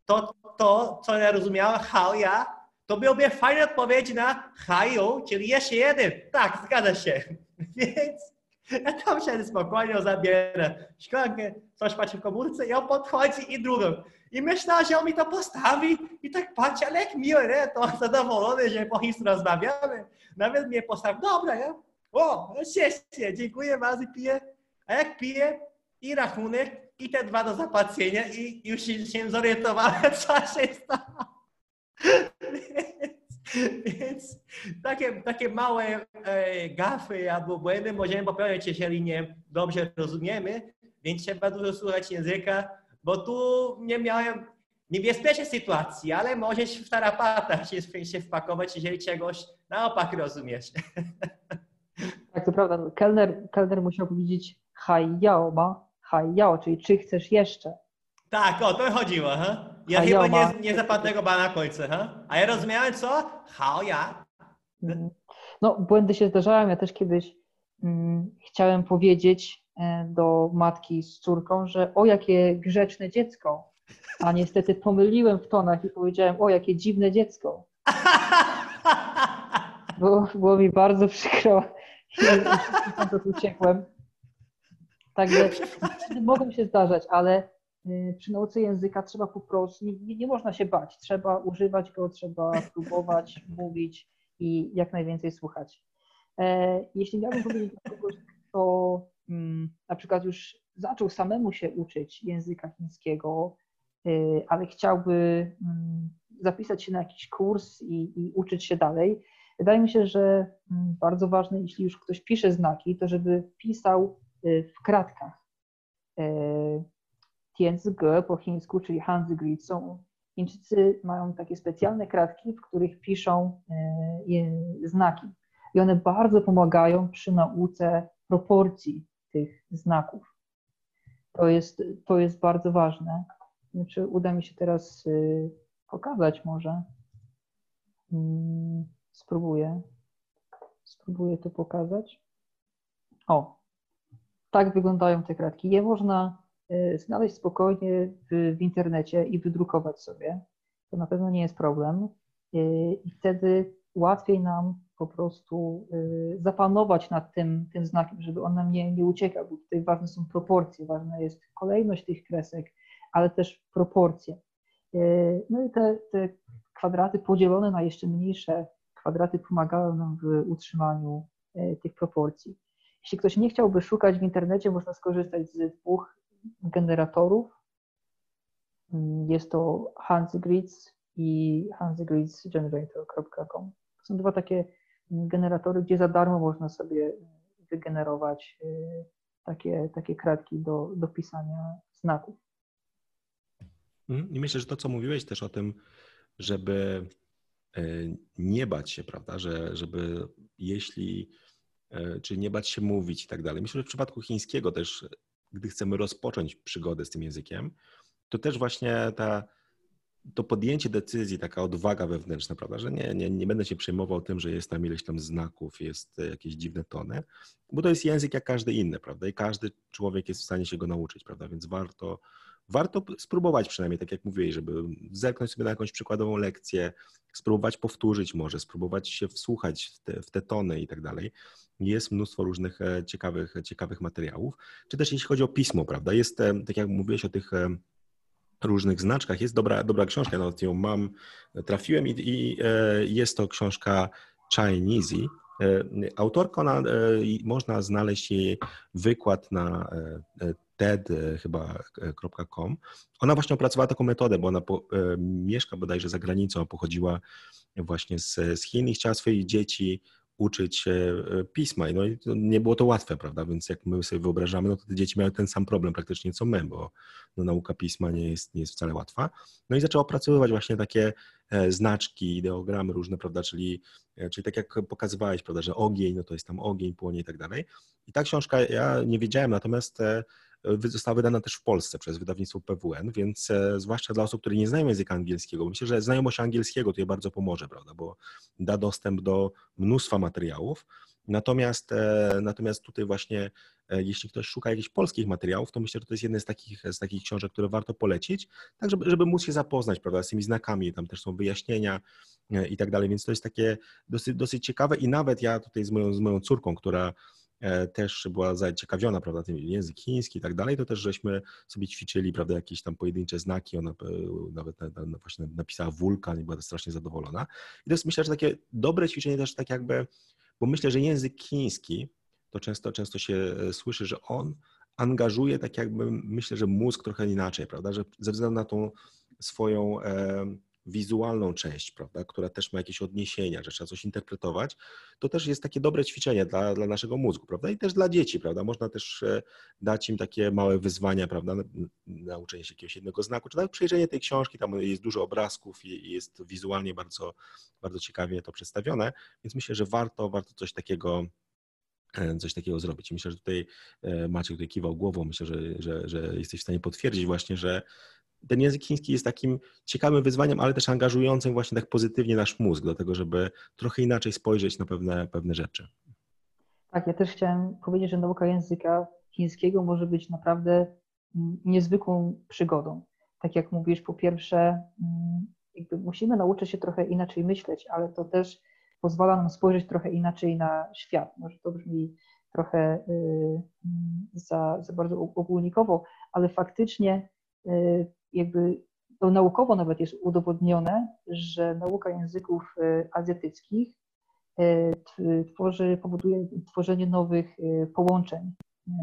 to co ja rozumiałem, haoja, to byłby fajna odpowiedź na hajo, czyli jeszcze jeden. Tak, zgadza się. Więc ja tam się spokojnie zabiera szklankę, coś patrzy w komórce i on podchodzi i drugą. I myślę, że on mi to postawi i tak patrzy, ale jak miło, nie? To zadowolony, że po chińsku rozmawiamy. Nawet mnie postawił, dobra, ja? O, cieszę, dziękuję bardzo, piję. A jak piję i rachunek, i te 2 do zapłacenia i już się zorientowałem, co się stało. Więc takie małe gafy albo błędy możemy popełniać, jeżeli nie dobrze rozumiemy, więc trzeba dużo słuchać języka, bo tu nie miałem niebezpiecznej sytuacji, ale możesz w tarapatach się wpakować, jeżeli czegoś naopak rozumiesz. Tak, to prawda. Kelner musiał powiedzieć haj yao, czyli czy chcesz jeszcze? Tak, o to chodziło, ha? Ja Hayao chyba ma... nie zapadnego bana kolce, ha? A ja rozumiałem co? Hao ja. No, błędy się zdarzają. Ja też kiedyś chciałem powiedzieć do matki z córką, że o jakie grzeczne dziecko, a niestety pomyliłem w tonach i powiedziałem o jakie dziwne dziecko. Było mi bardzo przykro i stamtąd uciekłem. Także błędy mogą się zdarzać, ale przy nauce języka trzeba po prostu, nie można się bać, trzeba używać go, trzeba próbować mówić i jak najwięcej słuchać. Jeśli miałbym powiedzieć do kogoś, kto na przykład już zaczął samemu się uczyć języka chińskiego, ale chciałby zapisać się na jakiś kurs i uczyć się dalej, wydaje mi się, że bardzo ważne, jeśli już ktoś pisze znaki, to żeby pisał w kratkach. Tianzige po chińsku, czyli Hanzi-grid, Chińczycy mają takie specjalne kratki, w których piszą znaki. I one bardzo pomagają przy nauce proporcji tych znaków. To jest bardzo ważne. Znaczy, uda mi się teraz pokazać może. Spróbuję to pokazać. O, tak wyglądają te kratki. Je można znaleźć spokojnie w internecie i wydrukować sobie. To na pewno nie jest problem. I wtedy łatwiej nam po prostu zapanować nad tym znakiem, żeby on nam nie uciekał, bo tutaj ważne są proporcje, ważna jest kolejność tych kresek, ale też proporcje. No i te kwadraty podzielone na jeszcze mniejsze kwadraty pomagają nam w utrzymaniu tych proporcji. Jeśli ktoś nie chciałby szukać w internecie, można skorzystać z dwóch generatorów. Jest to Hanzi-Grids i hanzigridsgenerator.com. To są dwa takie generatory, gdzie za darmo można sobie wygenerować takie kratki do pisania znaków. I myślę, że to, co mówiłeś też o tym, żeby nie bać się, prawda, żeby czy nie bać się mówić i tak dalej. Myślę, że w przypadku chińskiego też, gdy chcemy rozpocząć przygodę z tym językiem, to też właśnie to podjęcie decyzji, taka odwaga wewnętrzna, prawda, że nie będę się przejmował tym, że jest tam ileś tam znaków, jest jakieś dziwne tony, bo to jest język jak każdy inny, prawda, i każdy człowiek jest w stanie się go nauczyć, prawda, więc warto spróbować przynajmniej, tak jak mówiłeś, żeby zerknąć sobie na jakąś przykładową lekcję, spróbować powtórzyć może, spróbować się wsłuchać w te tony i tak dalej. Jest mnóstwo różnych ciekawych materiałów, czy też jeśli chodzi o pismo, prawda, jest, tak jak mówiłeś o tych różnych znaczkach, jest dobra książka, nawet ją trafiłem i jest to książka Chinese. Autorka, można znaleźć jej wykład na TED.com. Ona właśnie opracowała taką metodę, bo ona mieszka bodajże za granicą, pochodziła właśnie z Chin i chciała swoich dzieci uczyć pisma. No i nie było to łatwe, prawda? Więc jak my sobie wyobrażamy, no to te dzieci miały ten sam problem praktycznie co my, bo nauka pisma nie jest wcale łatwa. No i zaczęła opracowywać właśnie takie znaczki, ideogramy różne, prawda? Czyli tak jak pokazywałeś, prawda, że ogień, no to jest tam ogień, płonie i tak dalej. I ta książka, ja nie wiedziałem, natomiast została wydana też w Polsce przez wydawnictwo PWN, więc zwłaszcza dla osób, które nie znają języka angielskiego, myślę, że znajomość angielskiego tutaj bardzo pomoże, prawda, bo da dostęp do mnóstwa materiałów. Natomiast tutaj właśnie, jeśli ktoś szuka jakichś polskich materiałów, to myślę, że to jest jedna z takich książek, które warto polecić, tak żeby móc się zapoznać, prawda, z tymi znakami, tam też są wyjaśnienia i tak dalej, więc to jest takie dosyć ciekawe i nawet ja tutaj z moją córką, która też była zaciekawiona, prawda, tym język chiński i tak dalej, to też żeśmy sobie ćwiczyli, prawda, jakieś tam pojedyncze znaki, ona nawet właśnie napisała wulkan i była strasznie zadowolona. I to jest, myślę, że takie dobre ćwiczenie też tak jakby, bo myślę, że język chiński, to często się słyszy, że on angażuje tak jakby, myślę, że mózg trochę inaczej, prawda, że ze względu na tą swoją wizualną część, prawda, która też ma jakieś odniesienia, że trzeba coś interpretować, to też jest takie dobre ćwiczenie dla naszego mózgu, prawda, i też dla dzieci, prawda, można też dać im takie małe wyzwania, prawda, nauczenie się jakiegoś jednego znaku, czy nawet przejrzenie tej książki, tam jest dużo obrazków i jest wizualnie bardzo, bardzo ciekawie to przedstawione, więc myślę, że warto coś takiego zrobić. Myślę, że tutaj Maciek tutaj kiwał głową, myślę, że jesteś w stanie potwierdzić właśnie, że ten język chiński jest takim ciekawym wyzwaniem, ale też angażującym właśnie tak pozytywnie nasz mózg do tego, żeby trochę inaczej spojrzeć na pewne rzeczy. Tak, ja też chciałem powiedzieć, że nauka języka chińskiego może być naprawdę niezwykłą przygodą. Tak jak mówisz, po pierwsze, jakby musimy nauczyć się trochę inaczej myśleć, ale to też pozwala nam spojrzeć trochę inaczej na świat. Może to brzmi trochę za bardzo ogólnikowo, ale faktycznie jakby to naukowo nawet jest udowodnione, że nauka języków azjatyckich powoduje tworzenie nowych połączeń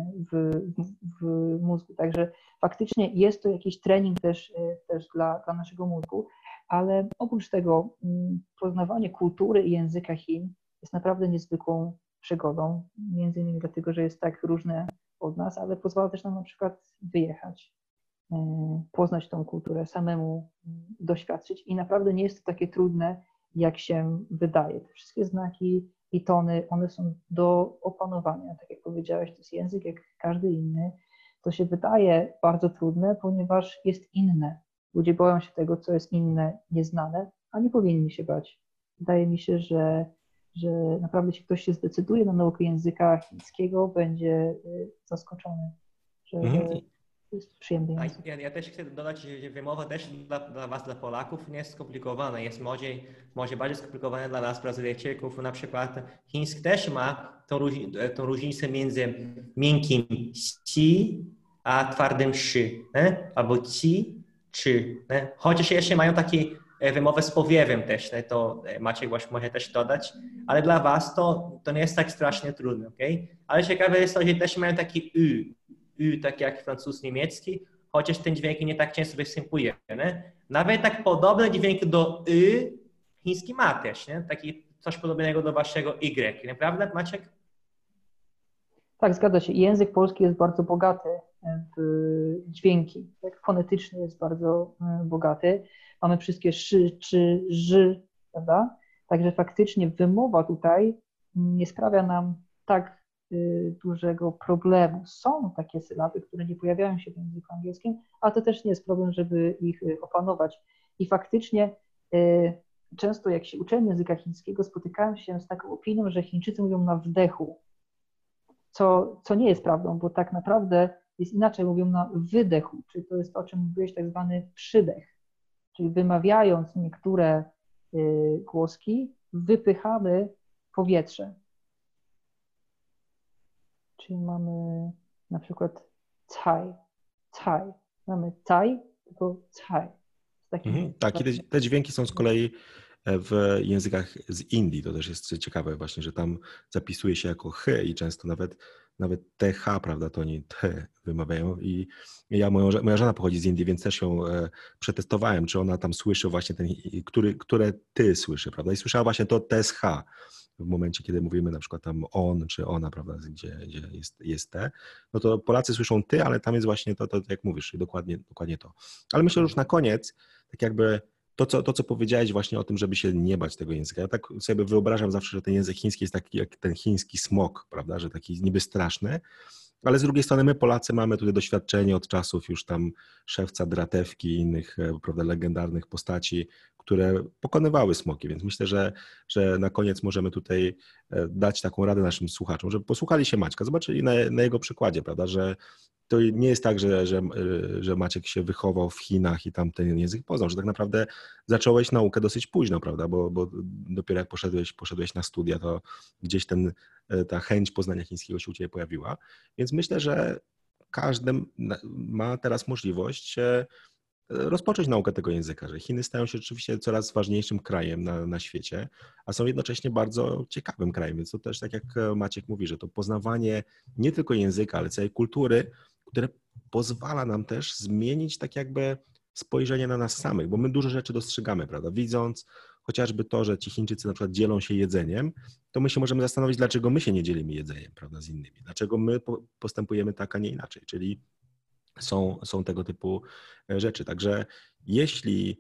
w mózgu. Także faktycznie jest to jakiś trening też dla naszego mózgu, ale oprócz tego poznawanie kultury i języka Chin jest naprawdę niezwykłą przygodą, między innymi dlatego, że jest tak różne od nas, ale pozwala też nam na przykład wyjechać, poznać tą kulturę, samemu doświadczyć i naprawdę nie jest to takie trudne, jak się wydaje. Te wszystkie znaki i tony, one są do opanowania. Tak jak powiedziałeś, to jest język jak każdy inny. To się wydaje bardzo trudne, ponieważ jest inne. Ludzie boją się tego, co jest inne, nieznane, a nie powinni się bać. Wydaje mi się, że naprawdę jeśli ktoś się zdecyduje na naukę języka chińskiego, będzie zaskoczony, że to jest przyjemny język. Ja też chcę dodać, że wymowa też dla was, dla Polaków, nie jest skomplikowana. Jest może bardziej skomplikowana dla nas, Brazylijczyków. Na przykład chiński też ma tą różnicę między miękkim ci a twardym szy, nie? Albo ci, czy. Nie? Chociaż jeszcze mają taki wymowę z powiewem też, nie? To Maciek właśnie może też dodać, ale dla was to nie jest tak strasznie trudne, okej? Ale ciekawe jest to, że też mają taki tak jak francuz niemiecki, chociaż ten dźwięk nie tak często występuje. Nie? Nawet tak podobny dźwięk do chiński ma też, nie? Taki coś podobnego do waszego Y, nieprawda, Maciek? Tak, zgadza się. Język polski jest bardzo bogaty w dźwięki. Tak? Fonetycznie jest bardzo bogaty. Mamy wszystkie szy, czy, ży, prawda? Także faktycznie wymowa tutaj nie sprawia nam tak dużego problemu. Są takie sylaby, które nie pojawiają się w języku angielskim, a to też nie jest problem, żeby ich opanować. I faktycznie często jak się uczyłem języka chińskiego, spotykałem się z taką opinią, że Chińczycy mówią na wdechu, co nie jest prawdą, bo tak naprawdę jest inaczej, mówią na wydechu, czyli to jest to, o czym mówiłeś, tak zwany przydech, czyli wymawiając niektóre głoski, wypychamy powietrze. Czyli mamy na przykład caj. Mamy caj, tylko caj. Tak, i te dźwięki są z kolei w językach z Indii. To też jest ciekawe właśnie, że tam zapisuje się jako ch i często nawet th, prawda, to oni t wymawiają. I moja żona pochodzi z Indii, więc też ją przetestowałem, czy ona tam słyszy właśnie które ty słyszy, prawda? I słyszała właśnie to tsh w momencie, kiedy mówimy na przykład tam on czy ona, prawda, gdzie jest te, no to Polacy słyszą ty, ale tam jest właśnie to jak mówisz, dokładnie to. Ale myślę, że już na koniec, tak jakby to, co powiedziałeś właśnie o tym, żeby się nie bać tego języka. Ja tak sobie wyobrażam zawsze, że ten język chiński jest taki jak ten chiński smok, prawda, że taki niby straszny, ale z drugiej strony my Polacy mamy tutaj doświadczenie od czasów już tam Szewca, Dratewki i innych, prawda, legendarnych postaci, które pokonywały smoki, więc myślę, że na koniec możemy tutaj dać taką radę naszym słuchaczom, żeby posłuchali się Maćka, zobaczyli na jego przykładzie, prawda, że to nie jest tak, że Maciek się wychował w Chinach i tam ten język poznał, że tak naprawdę zacząłeś naukę dosyć późno, prawda, bo dopiero jak poszedłeś na studia, to gdzieś ta chęć poznania chińskiego się u ciebie pojawiła, więc myślę, że każdy ma teraz możliwość rozpocząć naukę tego języka, że Chiny stają się rzeczywiście coraz ważniejszym krajem na świecie, a są jednocześnie bardzo ciekawym krajem, więc to też tak jak Maciek mówi, że to poznawanie nie tylko języka, ale całej kultury, które pozwala nam też zmienić tak jakby spojrzenie na nas samych, bo my dużo rzeczy dostrzegamy, prawda, widząc chociażby to, że ci Chińczycy na przykład dzielą się jedzeniem, to my się możemy zastanowić, dlaczego my się nie dzielimy jedzeniem, prawda, z innymi, dlaczego my postępujemy tak, a nie inaczej, czyli są tego typu rzeczy. Także jeśli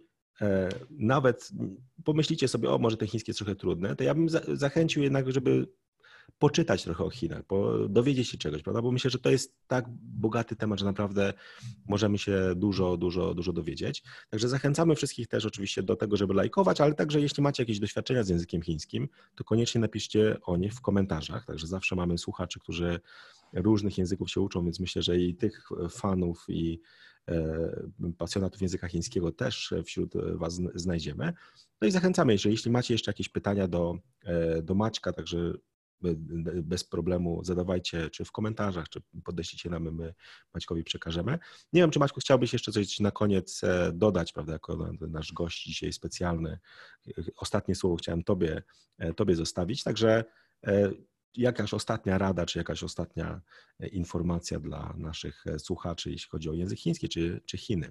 nawet pomyślicie sobie, może ten chiński jest trochę trudny, to ja bym zachęcił jednak, żeby poczytać trochę o Chinach, dowiedzieć się czegoś, prawda? Bo myślę, że to jest tak bogaty temat, że naprawdę możemy się dużo dowiedzieć. Także zachęcamy wszystkich też oczywiście do tego, żeby lajkować, ale także jeśli macie jakieś doświadczenia z językiem chińskim, to koniecznie napiszcie o nich w komentarzach. Także zawsze mamy słuchaczy, którzy różnych języków się uczą, więc myślę, że i tych fanów i pasjonatów języka chińskiego też wśród Was znajdziemy. No i zachęcamy, że jeśli macie jeszcze jakieś pytania do Maćka, także bez problemu zadawajcie czy w komentarzach, czy podeślijcie nam, my Maćkowi przekażemy. Nie wiem, czy Maćku chciałbyś jeszcze coś na koniec dodać, prawda, jako nasz gość dzisiaj specjalny. Ostatnie słowo chciałem Tobie zostawić, także jakaś ostatnia rada, czy jakaś ostatnia informacja dla naszych słuchaczy, jeśli chodzi o język chiński, czy Chiny?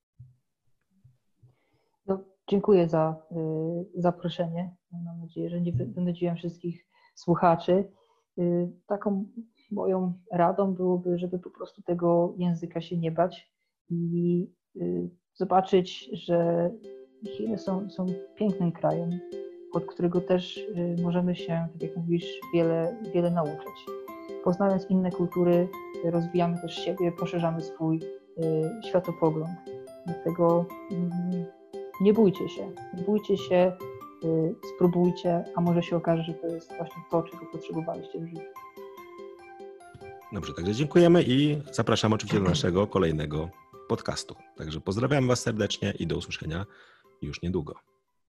No, dziękuję za zaproszenie. Mam nadzieję, że nie wynudziłem wszystkich słuchaczy. Taką moją radą byłoby, żeby po prostu tego języka się nie bać i zobaczyć, że Chiny są pięknym krajem, od którego też możemy się, tak jak mówisz, wiele nauczyć. Poznając inne kultury, rozwijamy też siebie, poszerzamy swój światopogląd. Dlatego nie bójcie się, spróbujcie, a może się okaże, że to jest właśnie to, czego potrzebowaliście w życiu. Dobrze, także dziękujemy i zapraszamy oczywiście do naszego kolejnego podcastu. Także pozdrawiam Was serdecznie i do usłyszenia już niedługo.